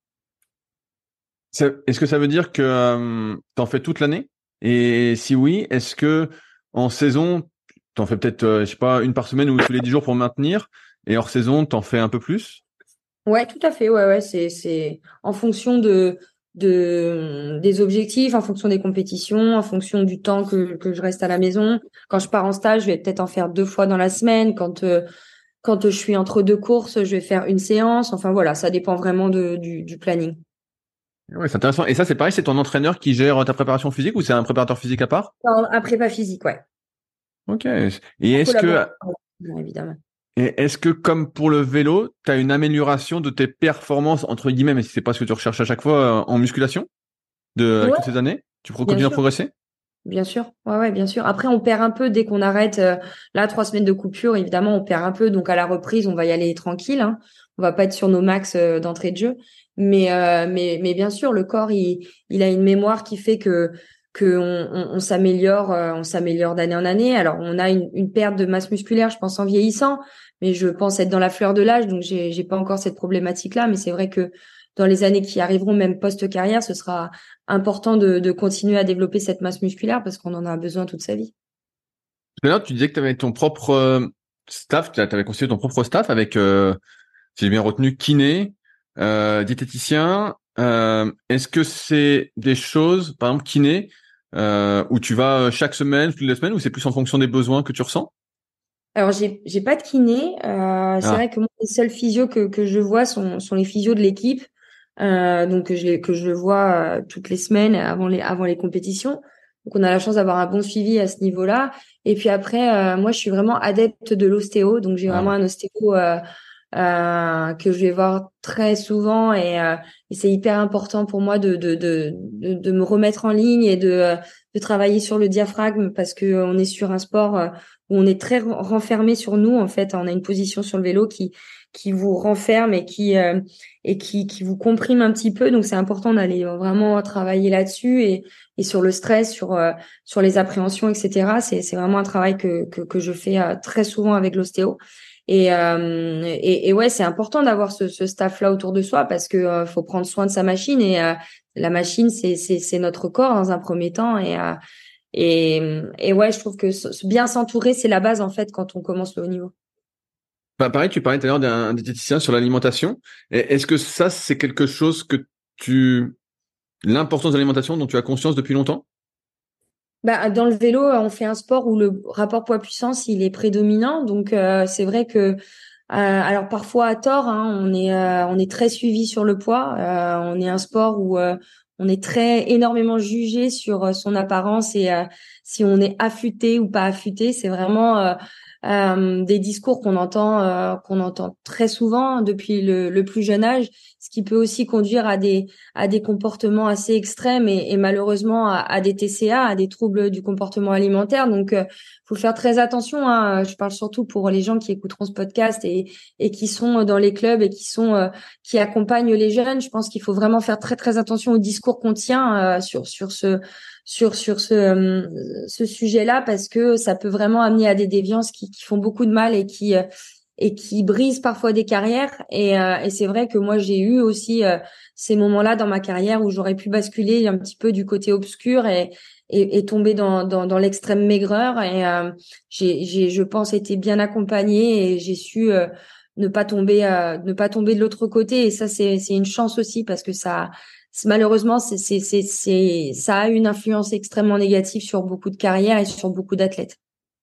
Ça- Est-ce que ça veut dire que euh, t'en fais toute l'année? Et si oui, est-ce que en saison, t'en fais peut-être, euh, je sais pas, une par semaine ou tous les dix jours pour maintenir, et hors saison, t'en fais un peu plus? Ouais, tout à fait. Ouais, ouais, c'est c'est en fonction de de des objectifs, en fonction des compétitions, en fonction du temps que que je reste à la maison. Quand je pars en stage, je vais peut-être en faire deux fois dans la semaine. Quand euh, quand je suis entre deux courses, je vais faire une séance. Enfin voilà, ça dépend vraiment de du du planning. Ouais, c'est intéressant. Et ça, c'est pareil, c'est ton entraîneur qui gère ta préparation physique ou c'est un préparateur physique à part? En- Un prépa physique, ouais. Ok. Et En est-ce que, collaboration, bien évidemment. et est-ce que comme pour le vélo, tu as une amélioration de tes performances, entre guillemets, mais si c'est pas ce que tu recherches à chaque fois, euh, en musculation de, avec Ouais, toutes ces années? Tu pro- bien continues à sûr. progresser? Bien sûr, ouais, ouais, bien sûr. Après, on perd un peu dès qu'on arrête. Euh, là, trois semaines de coupure, évidemment, on perd un peu. Donc, à la reprise, on va y aller tranquille. Hein. On va pas être sur nos max euh, d'entrée de jeu. Mais, euh, mais, mais bien sûr, le corps, il, il a une mémoire qui fait que que on, on, on s'améliore, euh, on s'améliore d'année en année. Alors, on a une, une perte de masse musculaire, je pense, en vieillissant. Mais je pense être dans la fleur de l'âge, donc j'ai, j'ai pas encore cette problématique-là. Mais c'est vrai que dans les années qui arriveront, même post-carrière, ce sera important de, de continuer à développer cette masse musculaire parce qu'on en a besoin toute sa vie. Tout à l'heure, tu disais que tu avais ton propre euh, staff, tu avais constitué ton propre staff avec, euh, si j'ai bien retenu, kiné, euh, diététicien. Euh, est-ce que c'est des choses, par exemple, kiné, euh, où tu vas chaque semaine, toutes les semaines, ou c'est plus en fonction des besoins que tu ressens? Alors j'ai j'ai pas de kiné. Euh, c'est Ah, vrai que moi les seuls physios que que je vois sont sont les physios de l'équipe. Euh, donc que je les que je vois euh, toutes les semaines avant les avant les compétitions. Donc on a la chance d'avoir un bon suivi à ce niveau-là. Et puis après, euh, moi je suis vraiment adepte de l'ostéo. Donc j'ai vraiment ah. un ostéo euh, euh, que je vais voir très souvent et, euh, et c'est hyper important pour moi de de de de, de me remettre en ligne et de euh, de travailler sur le diaphragme parce que on est sur un sport euh, où on est très ren- renfermé sur nous en fait. On a une position sur le vélo qui qui vous renferme et qui euh, et qui qui vous comprime un petit peu. Donc c'est important d'aller vraiment travailler là-dessus et et sur le stress, sur euh, sur les appréhensions, et cetera. C'est c'est vraiment un travail que que que je fais euh, très souvent avec l'ostéo. Et, euh, et, et ouais, c'est important d'avoir ce, ce staff-là autour de soi parce que euh, faut prendre soin de sa machine et euh, la machine, c'est, c'est, c'est notre corps dans un premier temps. Et, euh, et, et ouais, je trouve que s- bien s'entourer, c'est la base en fait quand on commence le haut niveau. Bah, pareil, tu parlais tout à l'heure d'un diététicien sur l'alimentation. Et Est-ce que ça, c'est quelque chose que tu... L'importance de l'alimentation dont tu as conscience depuis longtemps? Bah, dans le vélo, on fait un sport où le rapport poids-puissance, il est prédominant. Donc, euh, c'est vrai que, euh, alors parfois à tort, hein, on est, euh, on est très suivi sur le poids. Euh, on est un sport où euh, on est très énormément jugé sur euh, son apparence et euh, si on est affûté ou pas affûté. C'est vraiment euh, euh, des discours qu'on entend, euh, qu'on entend très souvent depuis le, le plus jeune âge, ce qui peut aussi conduire à des à des comportements assez extrêmes et, et malheureusement à, à des T C A, à des troubles du comportement alimentaire. Donc, euh, faut faire très attention. Hein. Je parle surtout pour les gens qui écouteront ce podcast et, et qui sont dans les clubs et qui sont euh, qui accompagnent les jeunes. Je pense qu'il faut vraiment faire très très attention au discours qu'on tient euh, sur sur ce sur sur ce euh, ce sujet-là parce que ça peut vraiment amener à des déviances qui, qui font beaucoup de mal et qui euh, et qui brisent parfois des carrières. Et, euh, et c'est vrai que moi, j'ai eu aussi euh, ces moments-là dans ma carrière où j'aurais pu basculer un petit peu du côté obscur et, et, et tomber dans, dans, dans l'extrême maigreur. Et euh, j'ai, j'ai, je pense, été bien accompagnée et j'ai su euh, ne pas tomber, euh, ne pas tomber de l'autre côté. Et ça, c'est, c'est une chance aussi parce que ça, c'est- malheureusement, c'est, c'est, c'est, c'est, ça a une influence extrêmement négative sur beaucoup de carrières et sur beaucoup d'athlètes.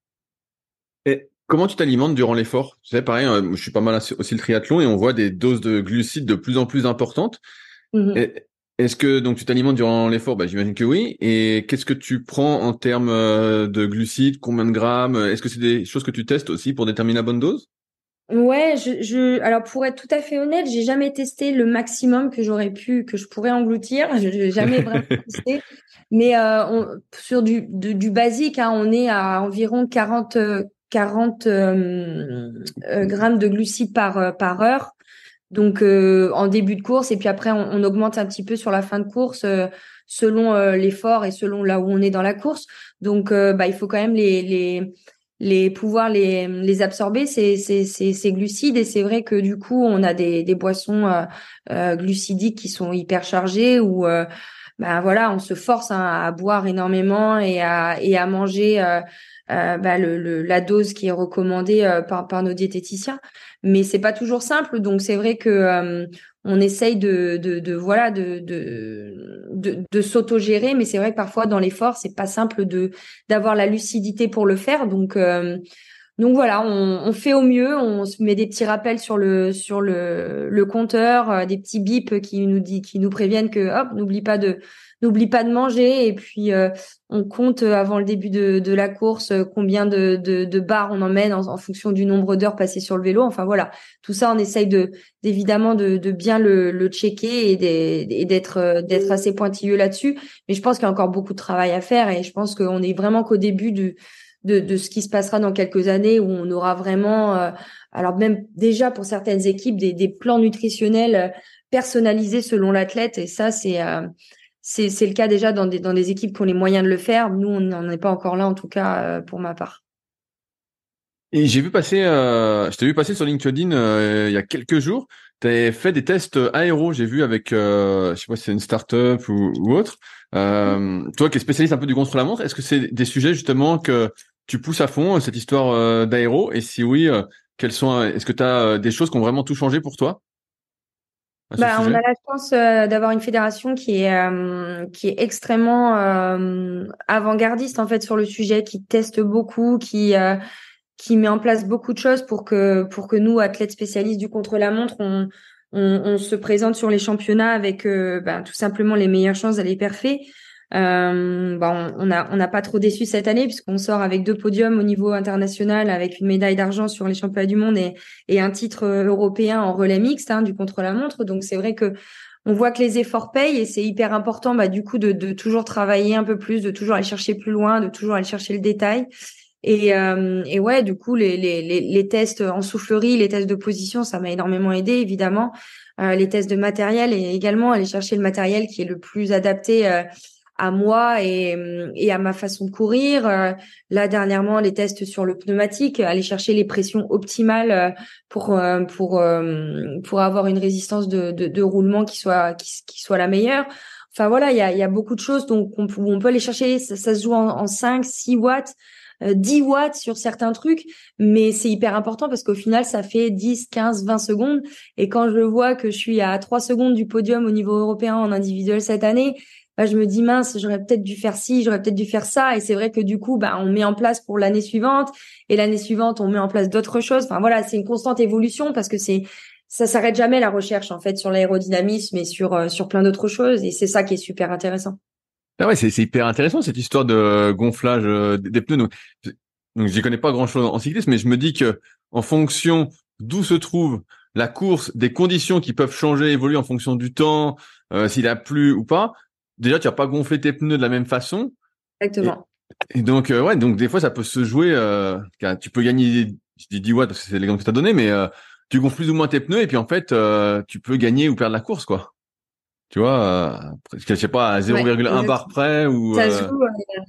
Et comment tu t'alimentes durant l'effort? Tu sais, pareil, euh, je suis pas mal assi- aussi le triathlon et on voit des doses de glucides de plus en plus importantes. Mhm. Et- Est-ce que donc tu t'alimentes durant l'effort? Bah, j'imagine que oui. Et qu'est-ce que tu prends en termes euh, de glucides? Combien de grammes? Est-ce que c'est des choses que tu testes aussi pour déterminer la bonne dose? Ouais, je, je, alors pour être tout à fait honnête, j'ai jamais testé le maximum que j'aurais pu, que je pourrais engloutir. Je n'ai jamais vraiment testé. Mais euh, on, sur du, de- du basique, hein, on est à environ quarante, euh, quarante euh, euh, grammes de glucides par, euh, par heure. Donc euh, en début de course, et puis après on, on augmente un petit peu sur la fin de course euh, selon euh, l'effort et selon là où on est dans la course. Donc euh, bah il faut quand même les les les pouvoir les les absorber ces ces ces, ces glucides et c'est vrai que du coup on a des des boissons euh, euh, glucidiques qui sont hyper chargées ou euh, bah voilà on se force hein, à boire énormément et à et à manger euh, euh, bah, le, le la dose qui est recommandée euh, par par nos diététiciens mais c'est pas toujours simple. Donc c'est vrai que euh, on essaye de, de, de voilà de de de, de s'autogérer, mais c'est vrai que parfois dans l'effort c'est pas simple de d'avoir la lucidité pour le faire. Donc euh, Donc voilà, on, on fait au mieux, on se met des petits rappels sur le sur le, le compteur, euh, des petits bips qui nous dit qui nous préviennent que hop, n'oublie pas de n'oublie pas de manger et puis euh, on compte avant le début de, de la course euh, combien de, de, de barres on emmène en, en fonction du nombre d'heures passées sur le vélo. Enfin voilà, tout ça on essaye de d'évidemment de, de bien le, le checker et, des, et d'être euh, d'être assez pointilleux là-dessus. Mais je pense qu'il y a encore beaucoup de travail à faire et je pense qu'on est vraiment qu'au début du De, de ce qui se passera dans quelques années où on aura vraiment, euh, alors même déjà pour certaines équipes, des, des plans nutritionnels euh, personnalisés selon l'athlète. Et ça, c'est euh, c'est c'est le cas déjà dans des dans des équipes qui ont les moyens de le faire. Nous, on n'en est pas encore là, en tout cas euh, pour ma part. Et j'ai vu passer, euh, je t'ai vu passer sur LinkedIn euh, il y a quelques jours. Tu avais fait des tests aéro, j'ai vu avec, euh, je sais pas si c'est une start-up ou, ou autre. Euh, toi qui es spécialiste un peu du contre-la-montre, est-ce que c'est des sujets justement que tu pousses à fond, cette histoire euh, d'aéro? Et si oui, euh, quels sont, est-ce que tu as des choses qui ont vraiment tout changé pour toi à ce Bah, on sujet? a la chance euh, d'avoir une fédération qui est euh, qui est extrêmement euh, avant-gardiste en fait sur le sujet, qui teste beaucoup, qui euh, qui met en place beaucoup de choses pour que pour que nous athlètes spécialistes du contre-la-montre on, on on se présente sur les championnats avec euh, ben, tout simplement les meilleures chances d'aller perfer. Euh, ben, on on a on n'a pas trop déçu cette année puisqu'on sort avec deux podiums au niveau international avec une médaille d'argent sur les championnats du monde et et un titre européen en relais mixte hein, du contre-la-montre. Donc c'est vrai que on voit que les efforts payent et c'est hyper important bah du coup de de toujours travailler un peu plus, de toujours aller chercher plus loin, de toujours aller chercher le détail. Et, euh, et ouais, du coup, les, les, les, les tests en soufflerie, les tests de position, ça m'a énormément aidé, évidemment. Euh, les tests de matériel et également aller chercher le matériel qui est le plus adapté euh, à moi et, et à ma façon de courir. Euh, là, dernièrement, les tests sur le pneumatique, aller chercher les pressions optimales euh, pour euh, pour euh, pour avoir une résistance de, de, de roulement qui soit qui, qui soit la meilleure. Enfin voilà, il y a, il y a beaucoup de choses donc on, où on peut aller chercher. Ça, ça se joue en, en cinq, six watts. Euh, dix watts sur certains trucs, mais c'est hyper important parce qu'au final, ça fait dix, quinze, vingt secondes. Et quand je vois que je suis à trois secondes du podium au niveau européen en individuel cette année, bah, je me dis mince, j'aurais peut-être dû faire ci, j'aurais peut-être dû faire ça. Et c'est vrai que du coup, bah, on met en place pour l'année suivante et l'année suivante, on met en place d'autres choses. Enfin voilà, c'est une constante évolution parce que c'est ça s'arrête jamais la recherche en fait sur l'aérodynamisme et sur euh, sur plein d'autres choses. Et c'est ça qui est super intéressant. Ah ouais, c'est c'est hyper intéressant cette histoire de gonflage euh, des des pneus. Donc, donc j'y connais pas grand-chose en cyclisme, mais je me dis que en fonction d'où se trouve la course, des conditions qui peuvent changer, évoluer en fonction du temps, euh, s'il a plu ou pas. Déjà, tu vas pas gonfler tes pneus de la même façon. Et, Exactement. et donc, euh, ouais, donc des fois, ça peut se jouer. Euh, car tu peux gagner, je dis dix watts parce que c'est l'exemple que tu as donné, mais euh, tu gonfles plus ou moins tes pneus et puis en fait, euh, tu peux gagner ou perdre la course, quoi. Tu vois, euh, presque, je sais pas, à Ouais, zéro virgule un bar exactement. près ou. Ça se Euh, joue.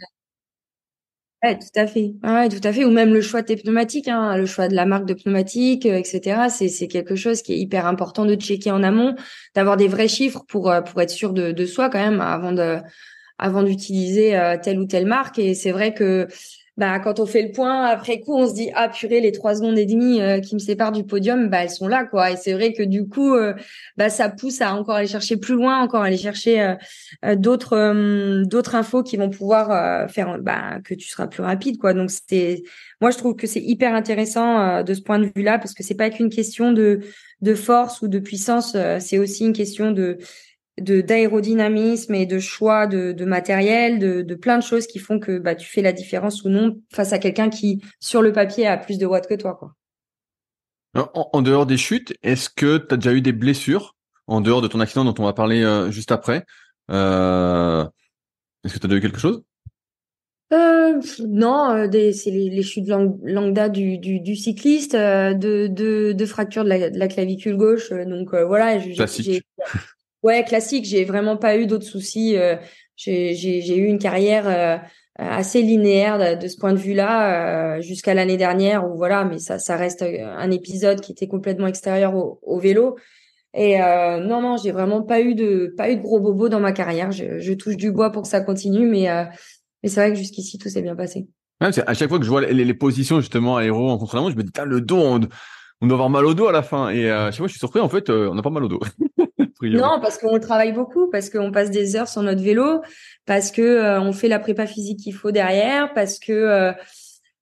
Ouais, tout à fait. Ouais, tout à fait. Ou même le choix de tes pneumatiques, hein, le choix de la marque de pneumatiques, euh, et cetera. C'est c'est quelque chose qui est hyper important de checker en amont, d'avoir des vrais chiffres pour euh, pour être sûr de de soi quand même avant de avant d'utiliser euh, telle ou telle marque. Et c'est vrai que bah quand on fait le point après coup, on se dit ah purée, les trois secondes et demie euh, qui me séparent du podium, bah elles sont là quoi. Et c'est vrai que du coup, euh, bah ça pousse à encore aller chercher plus loin, encore aller chercher euh, euh, d'autres euh, d'autres infos qui vont pouvoir euh, faire bah que tu seras plus rapide quoi. Donc c'est moi je trouve que c'est hyper intéressant euh, de ce point de vue-là parce que c'est pas qu'une question de de force ou de puissance, euh, c'est aussi une question de de d'aérodynamisme et de choix de, de matériel, de, de plein de choses qui font que bah tu fais la différence ou non face à quelqu'un qui sur le papier a plus de watts que toi quoi. En, en dehors des chutes, est-ce que tu as déjà eu des blessures en dehors de ton accident dont on va parler euh, juste après? Euh, est-ce que tu as déjà eu quelque chose? Euh, pff, non, euh, des, c'est les, les chutes lang- lambda du, du, du cycliste, euh, de, de, de fracture de la, de la clavicule gauche. euh, donc euh, voilà, j'ai, j'ai, Classique. ouais, classique. J'ai vraiment pas eu d'autres soucis. euh, j'ai, j'ai, j'ai eu une carrière euh, assez linéaire de, de ce point de vue-là euh, jusqu'à l'année dernière où voilà, mais ça, ça reste un épisode qui était complètement extérieur au, au vélo. Et euh, non, non, j'ai vraiment pas eu de, pas eu de gros bobos dans ma carrière. Je, je touche du bois pour que ça continue, mais euh, mais c'est vrai que jusqu'ici tout s'est bien passé. Ouais, c'est à chaque fois que je vois les, les positions justement aéro en contre-la-montre, je me dis, Tain, le dos, on, on doit avoir mal au dos à la fin. Et euh, chaque fois, je suis surpris, en fait, euh, on n'a pas mal au dos, a priori. Non, parce qu'on le travaille beaucoup, parce qu'on passe des heures sur notre vélo, parce que euh, on fait la prépa physique qu'il faut derrière, parce que euh,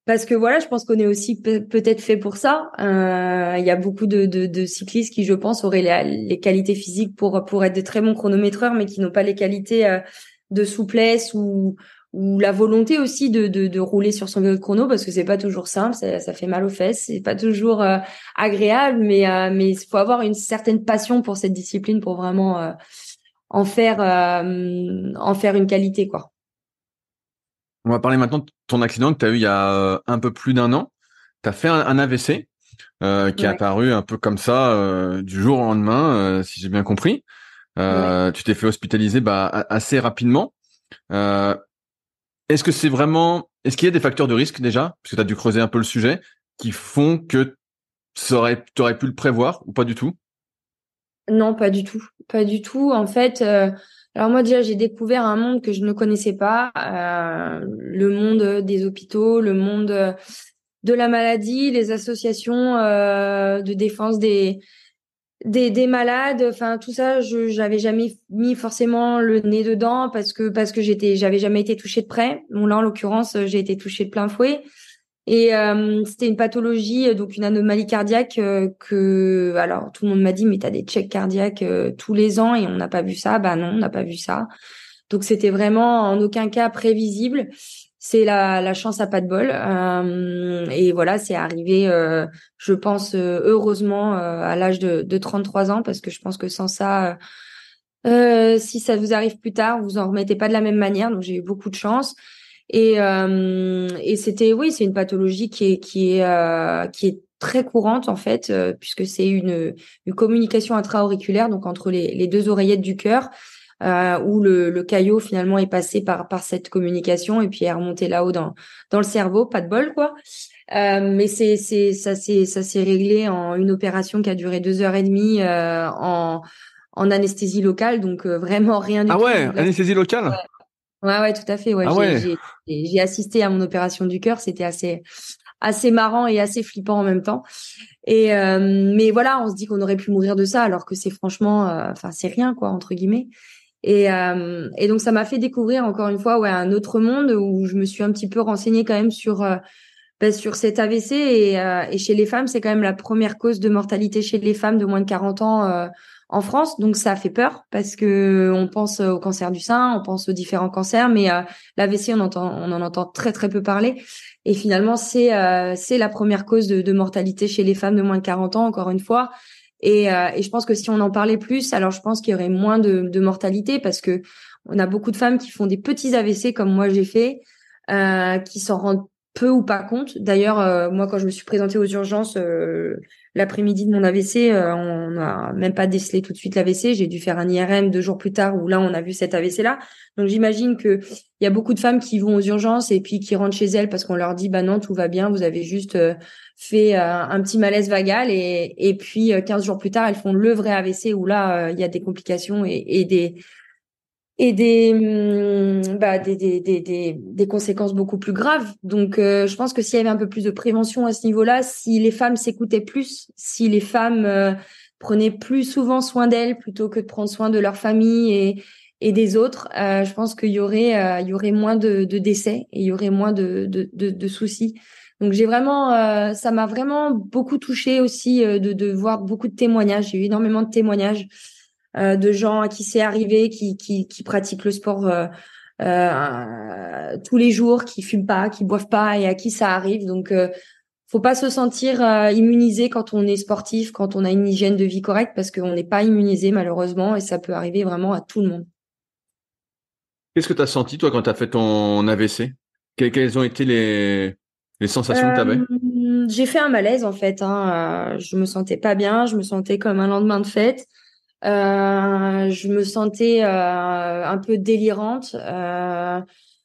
Parce que voilà, je pense qu'on est aussi pe- peut-être fait pour ça. Euh, Il y a beaucoup de, de, de cyclistes qui, je pense, auraient les, les qualités physiques pour pour être de très bons chronométreurs, mais qui n'ont pas les qualités euh, de souplesse ou ou la volonté aussi de, de de rouler sur son vélo de chrono, parce que c'est pas toujours simple, ça, ça fait mal aux fesses, c'est pas toujours euh, agréable, mais euh, mais il faut avoir une certaine passion pour cette discipline pour vraiment euh, en faire euh, en faire une qualité, quoi. On va parler maintenant de ton accident que tu as eu il y a euh, un peu plus d'un an. Tu as fait un, un A V C euh, qui est Ouais, apparu un peu comme ça euh, du jour au lendemain, euh, si j'ai bien compris. ouais. Euh, tu t'es fait hospitaliser bah, a- assez rapidement. Euh, est-ce que c'est vraiment... Est-ce qu'il y a des facteurs de risque déjà, parce que tu as dû creuser un peu le sujet, qui font que tu aurais, pu le prévoir ou pas du tout? Non, pas du tout. Pas du tout. En fait, euh, alors moi déjà, j'ai découvert un monde que je ne connaissais pas, euh, le monde des hôpitaux, le monde euh, de la maladie, les associations euh, de défense des, des des malades. Enfin, tout ça, je j'avais jamais mis forcément le nez dedans parce que parce que j'étais, j'avais jamais été touchée de près. Bon là, en l'occurrence, j'ai été touchée de plein fouet. Et euh, c'était une pathologie, euh, donc une anomalie cardiaque euh, que, alors tout le monde m'a dit, mais t'as des checks cardiaques euh, tous les ans et on n'a pas vu ça. Bah non, on n'a pas vu ça. Donc c'était vraiment en aucun cas prévisible. C'est la, la chance à pas de bol. Euh, et voilà, c'est arrivé, euh, je pense, euh, heureusement euh, à l'âge de, de trente-trois ans, parce que je pense que sans ça, euh, euh, si ça vous arrive plus tard, vous en remettez pas de la même manière. Donc j'ai eu beaucoup de chance. Et, euh, et c'était, oui, c'est une pathologie qui est, qui est, euh, qui est très courante en fait, euh, puisque c'est une, une communication intra-auriculaire, donc entre les, les deux oreillettes du cœur, euh, où le, le caillot finalement est passé par, par cette communication et puis est remonté là-haut dans, dans le cerveau, pas de bol quoi. Euh, mais c'est, c'est, ça s'est, ça s'est réglé en une opération qui a duré deux heures et demie euh, en, en anesthésie locale, donc euh, vraiment rien du Ah tout. ouais, Juste la anesthésie locale? Ouais, ouais, tout à fait. Ouais, Ah j'ai, ouais. j'ai, j'ai assisté à mon opération du cœur. C'était assez, assez marrant et assez flippant en même temps. Et euh, mais voilà, on se dit qu'on aurait pu mourir de ça, alors que c'est franchement, euh, enfin, c'est rien quoi entre guillemets. Et euh, et donc ça m'a fait découvrir encore une fois, ouais, un autre monde où je me suis un petit peu renseignée quand même sur, euh, ben, sur cet A V C et, euh, et chez les femmes, c'est quand même la première cause de mortalité chez les femmes de moins de quarante ans euh, en France. Donc ça fait peur parce que on pense au cancer du sein, on pense aux différents cancers, mais euh, l'A V C on entend, on en entend très très peu parler. Et finalement c'est euh, c'est la première cause de, de mortalité chez les femmes de moins de quarante ans, encore une fois. Et, euh, et je pense que si on en parlait plus, alors je pense qu'il y aurait moins de, de mortalité parce que on a beaucoup de femmes qui font des petits A V C comme moi j'ai fait, euh, qui s'en rendent peu ou pas compte. D'ailleurs, euh, moi, quand je me suis présentée aux urgences euh, l'après-midi de mon A V C, euh, on n'a même pas décelé tout de suite l'A V C. J'ai dû faire un I R M deux jours plus tard où là, on a vu cet A V C-là. Donc, j'imagine que il y a beaucoup de femmes qui vont aux urgences et puis qui rentrent chez elles parce qu'on leur dit, bah non, tout va bien, vous avez juste euh, fait euh, un petit malaise vagal et, et puis euh, quinze jours plus tard, elles font le vrai A V C où là, euh, il y a des complications et, et des et des, hum, bah, des, des, des, des, des conséquences beaucoup plus graves. Donc, euh, je pense que s'il y avait un peu plus de prévention à ce niveau-là, si les femmes s'écoutaient plus, si les femmes euh, prenaient plus souvent soin d'elles plutôt que de prendre soin de leur famille et, et des autres, euh, je pense qu'il y aurait, euh, il y aurait moins de, de décès et il y aurait moins de, de, de, de soucis. Donc, j'ai vraiment, euh, ça m'a vraiment beaucoup touchée aussi euh, de, de voir beaucoup de témoignages. J'ai eu énormément de témoignages euh, de gens à qui c'est arrivé, qui, qui, qui pratiquent le sport euh, euh, tous les jours, qui fument pas, qui boivent pas et à qui ça arrive. Donc, euh, faut pas se sentir euh, immunisé quand on est sportif, quand on a une hygiène de vie correcte, parce qu'on n'est pas immunisé malheureusement et ça peut arriver vraiment à tout le monde. Qu'est-ce que tu as senti, toi, quand tu as fait ton A V C? Que- Quelles ont été les, les sensations que tu avais? Euh, j'ai fait un malaise en fait. Hein. Euh, je me sentais pas bien, je me sentais comme un lendemain de fête. Euh, je me sentais euh, un peu délirante, euh,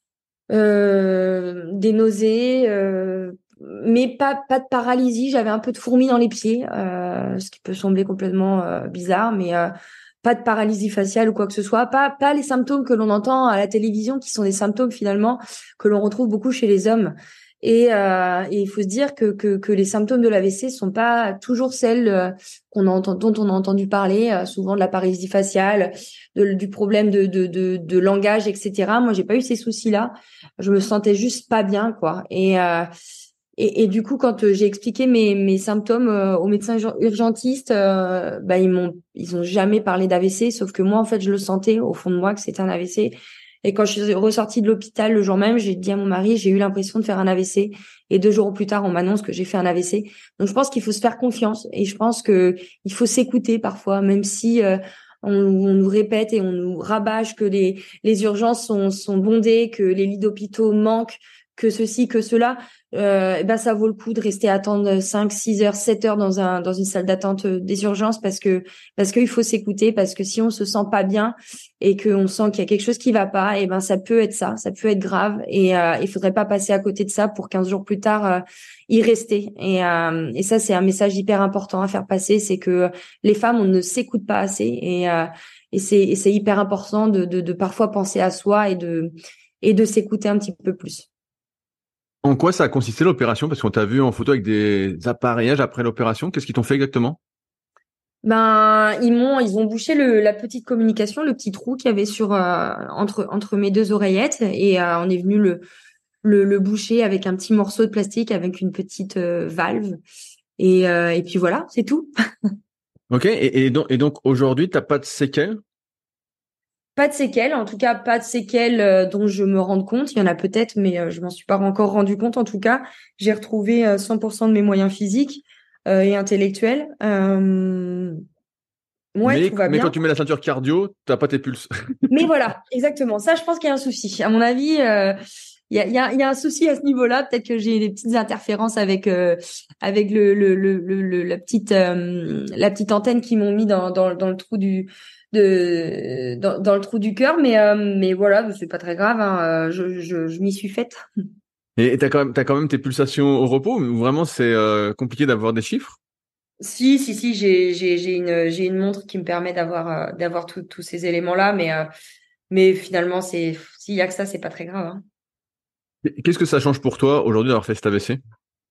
euh, des nausées, euh, mais pas pas de paralysie. J'avais un peu de fourmis dans les pieds, euh, ce qui peut sembler complètement euh, bizarre, mais euh, pas de paralysie faciale ou quoi que ce soit. Pas pas les symptômes que l'on entend à la télévision, qui sont des symptômes finalement que l'on retrouve beaucoup chez les hommes. Et, euh, et il faut se dire que, que, que les symptômes de l'A V C sont pas toujours celles euh, qu'on entend, dont on a entendu parler, euh, souvent de la paralysie faciale, de, du problème de, de, de, de langage, et cetera. Moi, j'ai pas eu ces soucis-là. Je me sentais juste pas bien, quoi. Et, euh, Et, et du coup, quand euh, j'ai expliqué mes, mes symptômes euh, aux médecins ur- urgentistes, euh, bah, ils m'ont, ils ont jamais parlé d'A V C, sauf que moi, en fait, je le sentais au fond de moi que c'était un A V C. Et quand je suis ressortie de l'hôpital le jour même, j'ai dit à mon mari, j'ai eu l'impression de faire un A V C. Et deux jours plus tard, on m'annonce que j'ai fait un A V C. Donc, je pense qu'il faut se faire confiance et je pense que il faut s'écouter parfois, même si euh, on, on nous répète et on nous rabâche que les, les urgences sont, sont bondées, que les lits d'hôpitaux manquent, que ceci, que cela. Euh, eh ben ça vaut le coup de rester attendre cinq, six heures, sept heures dans un dans une salle d'attente des urgences parce que parce qu'il faut s'écouter, parce que si on se sent pas bien et qu'on sent qu'il y a quelque chose qui va pas, et ben ça peut être ça, ça peut être grave et euh, il faudrait pas passer à côté de ça pour quinze jours plus tard euh, y rester. Et euh, et ça c'est un message hyper important à faire passer, c'est que les femmes on ne s'écoute pas assez et euh, et c'est et c'est hyper important de, de de parfois penser à soi et de et de s'écouter un petit peu plus. En quoi ça a consisté l'opération? Parce qu'on t'a vu en photo avec des appareillages après l'opération. Qu'est-ce qu'ils t'ont fait exactement? Ben, ils m'ont, ils ont bouché le, la petite communication, le petit trou qu'il y avait sur euh, entre entre mes deux oreillettes, et euh, on est venu le, le le boucher avec un petit morceau de plastique avec une petite euh, valve, et euh, et puis voilà, c'est tout. Ok, et, et donc, et donc aujourd'hui, t'as pas de séquelles? Pas de séquelles, en tout cas pas de séquelles euh, dont je me rende compte. Il y en a peut-être, mais euh, je m'en suis pas encore rendu compte. En tout cas, j'ai retrouvé euh, cent pour cent de mes moyens physiques euh, et intellectuels. Euh, ouais, Mais, tout va mais quand bien. tu mets la ceinture cardio, t'as pas tes pulses. Mais voilà, exactement. Ça, je pense qu'il y a un souci. À mon avis, euh, il y a, il y a, il y a un souci à ce niveau-là. Peut-être que j'ai des petites interférences avec euh, avec le, le, le, le la petite euh, la petite antenne qu'ils m'ont mis dans, dans dans le trou du de dans, dans le trou du cœur. Mais euh, mais voilà, c'est pas très grave. Hein. Euh, Je je, je m'y suis faite. Et et t'as quand même, t'as quand même tes pulsations au repos, ou vraiment c'est euh, compliqué d'avoir des chiffres? Si si si, j'ai j'ai j'ai une j'ai une montre qui me permet d'avoir euh, d'avoir tous tous ces éléments-là. Mais euh, mais finalement, c'est s'il y a que ça, c'est pas très grave. Hein. Et qu'est-ce que ça change pour toi aujourd'hui d'avoir fait cet A V C?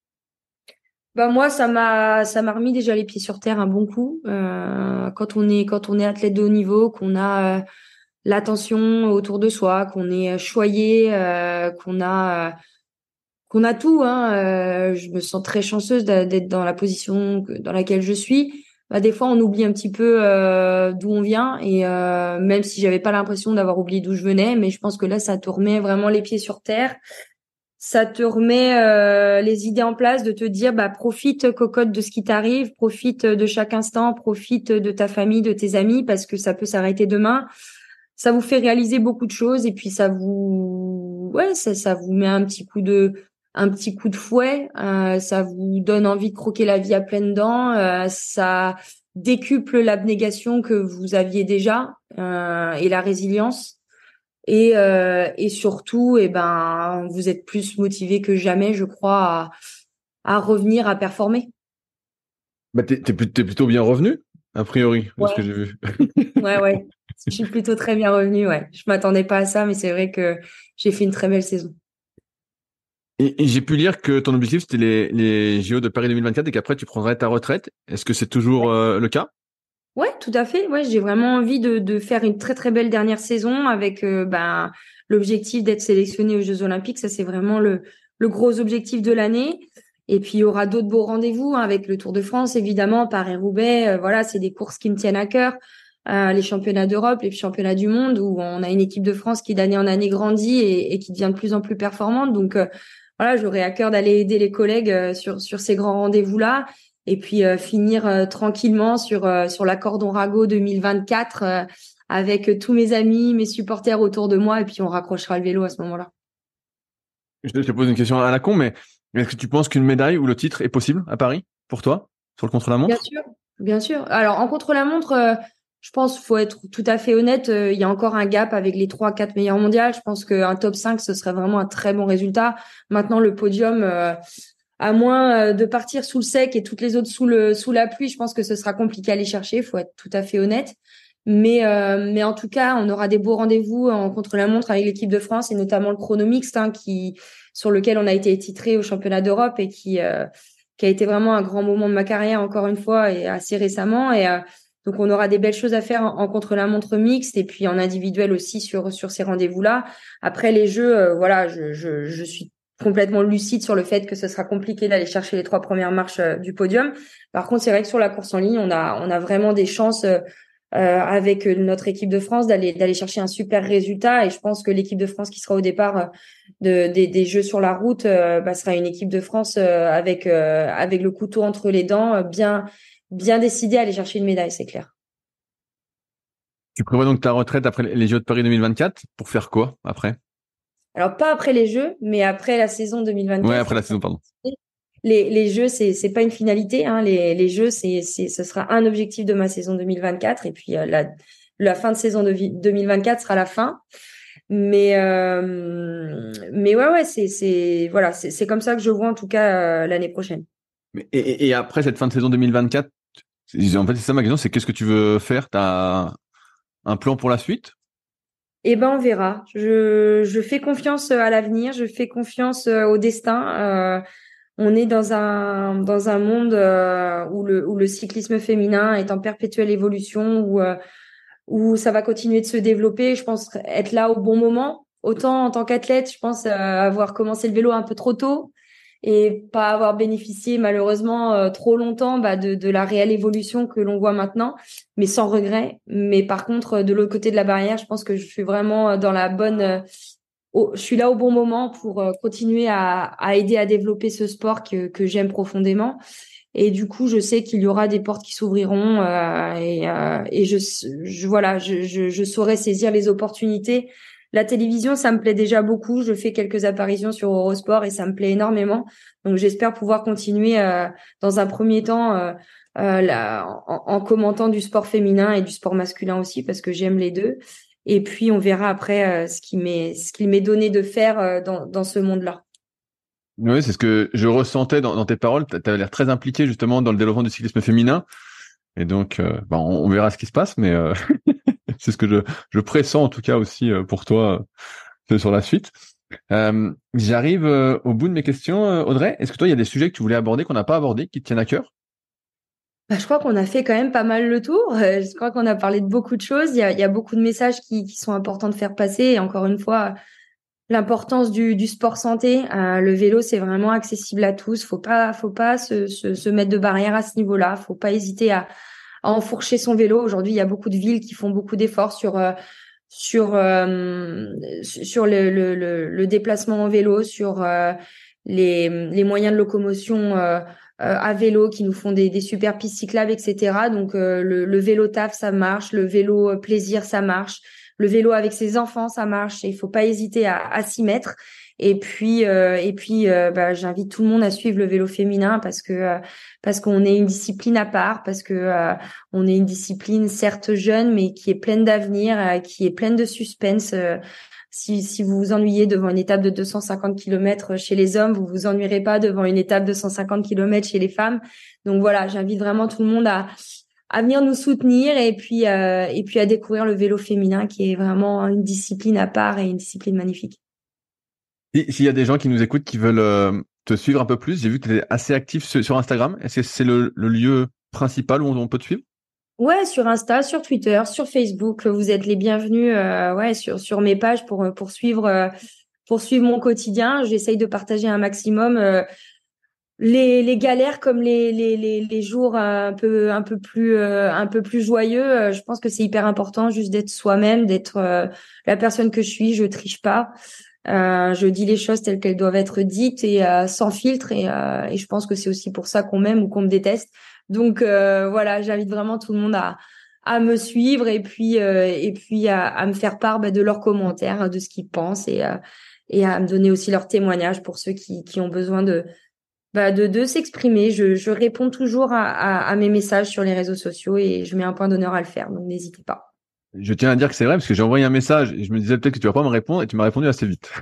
Bah moi ça m'a ça m'a remis déjà les pieds sur terre un bon coup. Euh, quand on est quand on est athlète de haut niveau, qu'on a euh, l'attention autour de soi, qu'on est euh, choyé, euh, qu'on a euh, qu'on a tout, hein. Euh, je me sens très chanceuse d'a- d'être dans la position que- dans laquelle je suis. Bah, des fois on oublie un petit peu euh, d'où on vient et euh, même si j'avais pas l'impression d'avoir oublié d'où je venais, mais je pense que là ça te remet vraiment les pieds sur terre. Ça te remet euh, les idées en place de te dire bah profite cocotte de ce qui t'arrive, profite de chaque instant, profite de ta famille, de tes amis parce que ça peut s'arrêter demain. Ça vous fait réaliser beaucoup de choses et puis ça vous ouais, ça ça vous met un petit coup de un petit coup de fouet, euh, ça vous donne envie de croquer la vie à pleines dents, euh, ça décuple l'abnégation que vous aviez déjà euh, et la résilience. Et, euh, et surtout, eh ben, vous êtes plus motivé que jamais, je crois, à, à revenir à performer. Bah, t'es, t'es, plut- t'es plutôt bien revenu, a priori, de ce que Ouais, j'ai vu. ouais, ouais. Je suis plutôt très bien revenue, ouais. Je m'attendais pas à ça, mais c'est vrai que j'ai fait une très belle saison. Et, et j'ai pu lire que ton objectif, c'était les, les J O de Paris deux mille vingt-quatre et qu'après, tu prendrais ta retraite. Est-ce que c'est toujours euh, le cas? Ouais, tout à fait. Ouais, j'ai vraiment envie de, de faire une très très belle dernière saison avec euh, ben l'objectif d'être sélectionnée aux Jeux Olympiques. Ça, c'est vraiment le le gros objectif de l'année. Et puis il y aura d'autres beaux rendez-vous hein, avec le Tour de France, évidemment, Paris-Roubaix. Euh, voilà, c'est des courses qui me tiennent à cœur. Euh, les championnats d'Europe, les championnats du monde, où on a une équipe de France qui d'année en année grandit et, et qui devient de plus en plus performante. Donc euh, voilà, j'aurai à cœur d'aller aider les collègues euh, sur sur ces grands rendez-vous-là et puis euh, finir euh, tranquillement sur euh, sur la Cordon Rago deux mille vingt-quatre euh, avec euh, tous mes amis, mes supporters autour de moi et puis on raccrochera le vélo à ce moment-là. Je te je te pose une question à la con, mais est-ce que tu penses qu'une médaille ou le titre est possible à Paris, pour toi, sur le Bien contre-la-montre? sûr, bien sûr. Alors en contre-la-montre, euh, je pense faut être tout à fait honnête, euh, il y a encore un gap avec les trois quatre meilleurs mondiaux. Je pense qu'un top cinq ce serait vraiment un très bon résultat. Maintenant le podium euh, à moins euh, de partir sous le sec et toutes les autres sous le sous la pluie, je pense que ce sera compliqué à aller chercher, faut être tout à fait honnête. Mais euh, mais en tout cas, on aura des beaux rendez-vous en contre-la-montre avec l'équipe de France et notamment le chrono mixte hein, qui sur lequel on a été titré au championnat d'Europe et qui euh, qui a été vraiment un grand moment de ma carrière encore une fois et assez récemment et euh, donc on aura des belles choses à faire en, en contre-la-montre mixte et puis en individuel aussi sur sur ces rendez-vous-là. Après les jeux, euh, voilà, je je je suis complètement lucide sur le fait que ce sera compliqué d'aller chercher les trois premières marches euh, du podium. Par contre, c'est vrai que sur la course en ligne, on a on a vraiment des chances euh, euh, avec notre équipe de France d'aller d'aller chercher un super résultat. Et je pense que l'équipe de France qui sera au départ euh, de des, des Jeux sur la route euh, bah, sera une équipe de France euh, avec euh, avec le couteau entre les dents, euh, bien bien décidée à aller chercher une médaille, c'est clair. Tu prévois donc ta retraite après les Jeux de Paris deux mille vingt-quatre pour faire quoi après? Alors pas après les Jeux, mais après la saison deux mille vingt-quatre. Ouais, après la saison, pardon. Les, les Jeux, c'est c'est pas une finalité. Hein. Les, les Jeux, c'est c'est ce sera un objectif de ma saison deux mille vingt-quatre. Et puis euh, la la fin de saison de deux mille vingt-quatre sera la fin. Mais euh, mais ouais ouais c'est c'est voilà c'est c'est comme ça que je vois en tout cas euh, l'année prochaine. Mais, et, et après cette fin de saison deux mille vingt-quatre, en fait c'est ça ma question, c'est qu'est-ce que tu veux faire? T'as un plan pour la suite? Eh ben on verra. Je je fais confiance à l'avenir. Je fais confiance au destin. Euh, On est dans un dans un monde euh, où le où le cyclisme féminin est en perpétuelle évolution, où euh, où ça va continuer de se développer. Je pense être là au bon moment. Autant en tant qu'athlète, je pense euh, avoir commencé le vélo un peu trop tôt et pas avoir bénéficié malheureusement euh, trop longtemps bah, de de la réelle évolution que l'on voit maintenant, mais sans regret. Mais par contre, de l'autre côté de la barrière, je pense que je suis vraiment dans la bonne euh, Oh, je suis là au bon moment pour euh, continuer à, à aider à développer ce sport que, que j'aime profondément. Et du coup, je sais qu'il y aura des portes qui s'ouvriront euh, et, euh, et je, je voilà, je, je, je saurai saisir les opportunités. La télévision, ça me plaît déjà beaucoup. Je fais quelques apparitions sur Eurosport et ça me plaît énormément. Donc, j'espère pouvoir continuer euh, dans un premier temps euh, euh, là, en, en commentant du sport féminin et du sport masculin aussi parce que j'aime les deux. Et puis, on verra après euh, ce qui m'est, ce qu'il m'est donné de faire euh, dans, dans ce monde-là. Oui, c'est ce que je ressentais dans, dans tes paroles. Tu avais l'air très impliqué justement dans le développement du cyclisme féminin. Et donc, euh, bah, on, on verra ce qui se passe, mais euh, c'est ce que je, je pressens en tout cas aussi euh, pour toi euh, sur la suite. Euh, j'arrive euh, au bout de mes questions, euh, Audrey. Est-ce que toi, il y a des sujets que tu voulais aborder, qu'on n'a pas abordés, qui te tiennent à cœur? Bah, je crois qu'on a fait quand même pas mal le tour. Euh, je crois qu'on a parlé de beaucoup de choses. Il y a, il y a beaucoup de messages qui, qui sont importants de faire passer. Et encore une fois, l'importance du, du sport santé. Euh, le vélo, c'est vraiment accessible à tous. Faut pas, faut pas se, se, se mettre de barrière à ce niveau-là. Faut pas hésiter à, à enfourcher son vélo. Aujourd'hui, il y a beaucoup de villes qui font beaucoup d'efforts sur euh, sur euh, sur le, le, le, le déplacement en vélo, sur euh, les, les moyens de locomotion euh, euh, à vélo qui nous font des, des super pistes cyclables, et cetera. Donc euh, le, le vélo taf, ça marche, le vélo plaisir, ça marche, le vélo avec ses enfants, ça marche. Et il faut pas hésiter à, à s'y mettre. Et puis euh, et puis euh, bah, j'invite tout le monde à suivre le vélo féminin parce que euh, parce qu'on est une discipline à part, parce que euh, on est une discipline certes jeune mais qui est pleine d'avenir, euh, qui est pleine de suspense. Euh, si si vous vous ennuyez devant une étape de deux cent cinquante kilomètres chez les hommes, vous vous ennuierez pas devant une étape de cent cinquante kilomètres chez les femmes. Donc voilà, j'invite vraiment tout le monde à à venir nous soutenir et puis euh, et puis à découvrir le vélo féminin qui est vraiment une discipline à part et une discipline magnifique. S'il y a des gens qui nous écoutent, qui veulent euh, te suivre un peu plus, j'ai vu que tu étais assez actif sur, sur Instagram. Est-ce que c'est le, le lieu principal où on, on peut te suivre? Ouais, sur Insta, sur Twitter, sur Facebook, vous êtes les bienvenus. Euh, ouais, sur sur mes pages pour pour suivre euh, pour suivre mon quotidien. J'essaye de partager un maximum euh, les les galères comme les les les, les jours un peu un peu plus euh, un peu plus joyeux. Euh, Je pense que c'est hyper important juste d'être soi-même, d'être euh, la personne que je suis. Je triche pas. Euh, je dis les choses telles qu'elles doivent être dites et euh, sans filtre et, euh, et je pense que c'est aussi pour ça qu'on m'aime ou qu'on me déteste. Donc euh, voilà, j'invite vraiment tout le monde à à me suivre et puis euh, et puis à, à me faire part bah, de leurs commentaires, de ce qu'ils pensent et euh, et à me donner aussi leurs témoignages pour ceux qui qui ont besoin de bah de de s'exprimer. Je je réponds toujours à, à à mes messages sur les réseaux sociaux et je mets un point d'honneur à le faire. Donc n'hésitez pas. Je tiens à dire que c'est vrai parce que j'ai envoyé un message et je me disais peut-être que tu vas pas me répondre et tu m'as répondu assez vite.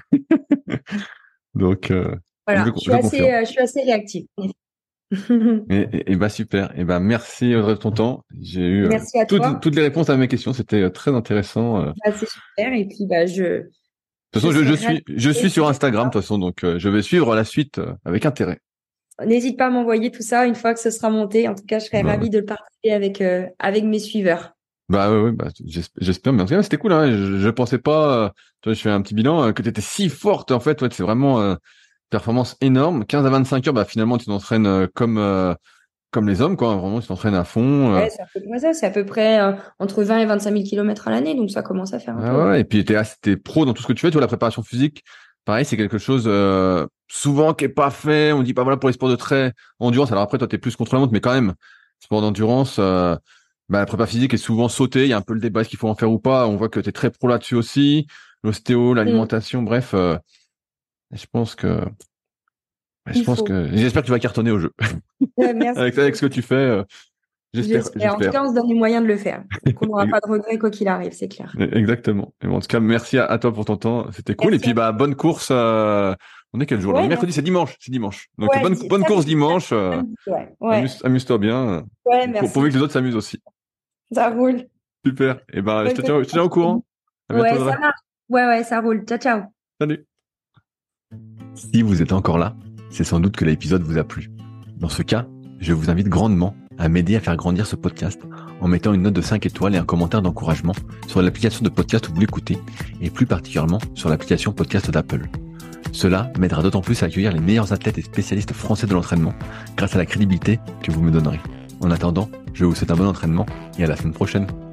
Donc, euh, donc Voilà, je, je suis je assez confirme. euh, je suis assez réactive. Et, et, et bah super. Et bah merci Audrey de ton temps. J'ai eu euh, Merci à toutes, toi. toutes les réponses à mes questions. C'était euh, très intéressant. euh. De Bah, c'est super. Et puis, bah, je, toute je façon, je, serai je ravie suis, je suis sur d'échanger avec Instagram de toi. toute façon, donc euh, je vais suivre la suite euh, avec intérêt. N'hésite pas à m'envoyer tout ça une fois que ce sera monté. En tout cas, je serai Bah, ravie de le partager avec, euh, avec mes suiveurs. bah ouais, ouais, bah, j'esp- j'espère. Mais en tout cas, c'était cool. Hein. Je, je pensais pas. Euh, tu vois, je fais un petit bilan euh, que tu étais si forte en fait. Ouais, c'est vraiment. Euh, performance énorme. quinze à vingt-cinq heures, bah finalement tu t'entraînes euh, comme euh, comme les hommes, quoi. Vraiment, tu t'entraînes à fond. euh. Ouais, c'est à peu près ça. C'est à peu près euh, entre vingt et vingt-cinq mille kilomètres à l'année, donc ça commence à faire un Ouais, peu. Ouais. ouais. Et puis t'es assez- t'es pro dans tout ce que tu fais. Tu vois, la préparation physique, pareil, c'est quelque chose euh, souvent qui est pas fait. On dit pas voilà pour les sports de trait endurance. Alors après, toi, t'es plus contre la montre, mais quand même, sport d'endurance, euh, bah, la prépa physique est souvent sautée. Il y a un peu le débat est-ce qu'il faut en faire ou pas. On voit que t'es très pro là-dessus aussi. L'ostéo, Mm. l'alimentation, bref. euh, je pense que, je Il pense faut. que, j'espère que tu vas cartonner au jeu Ouais, merci. avec avec ce que tu fais. euh, j'espère, J'espère. En tout j'espère. cas, on se donne les moyens de le faire. Donc, on n'aura pas de regrets quoi qu'il arrive, c'est clair. Exactement. Et bon, en tout cas, merci à, à toi pour ton temps. C'était cool. Et Merci puis, à bah, toi. bonne course. euh, On est quel jour là? On est Ouais, mercredi, merci. c'est dimanche. C'est dimanche. Donc, Ouais, bonne, di- bonne course samedi, dimanche. euh, samedi, ouais. Ouais, amuse, amuse-toi bien. ouais, euh, pour- pourvu merci. que les autres s'amusent aussi. Ça roule. Super. Et ben, je Bonne te tiens, je te tiens au continuation. courant. À bientôt, Ouais, Audrey. ça marche. Ouais, ouais, ça roule. Ciao, ciao. Salut. Si vous êtes encore là, c'est sans doute que l'épisode vous a plu. Dans ce cas, je vous invite grandement à m'aider à faire grandir ce podcast en mettant une note de cinq étoiles et un commentaire d'encouragement sur l'application de podcast où vous l'écoutez et plus particulièrement sur l'application podcast d'Apple. Cela m'aidera d'autant plus à accueillir les meilleurs athlètes et spécialistes français de l'entraînement grâce à la crédibilité que vous me donnerez. En attendant, je vous souhaite un bon entraînement et à la semaine prochaine.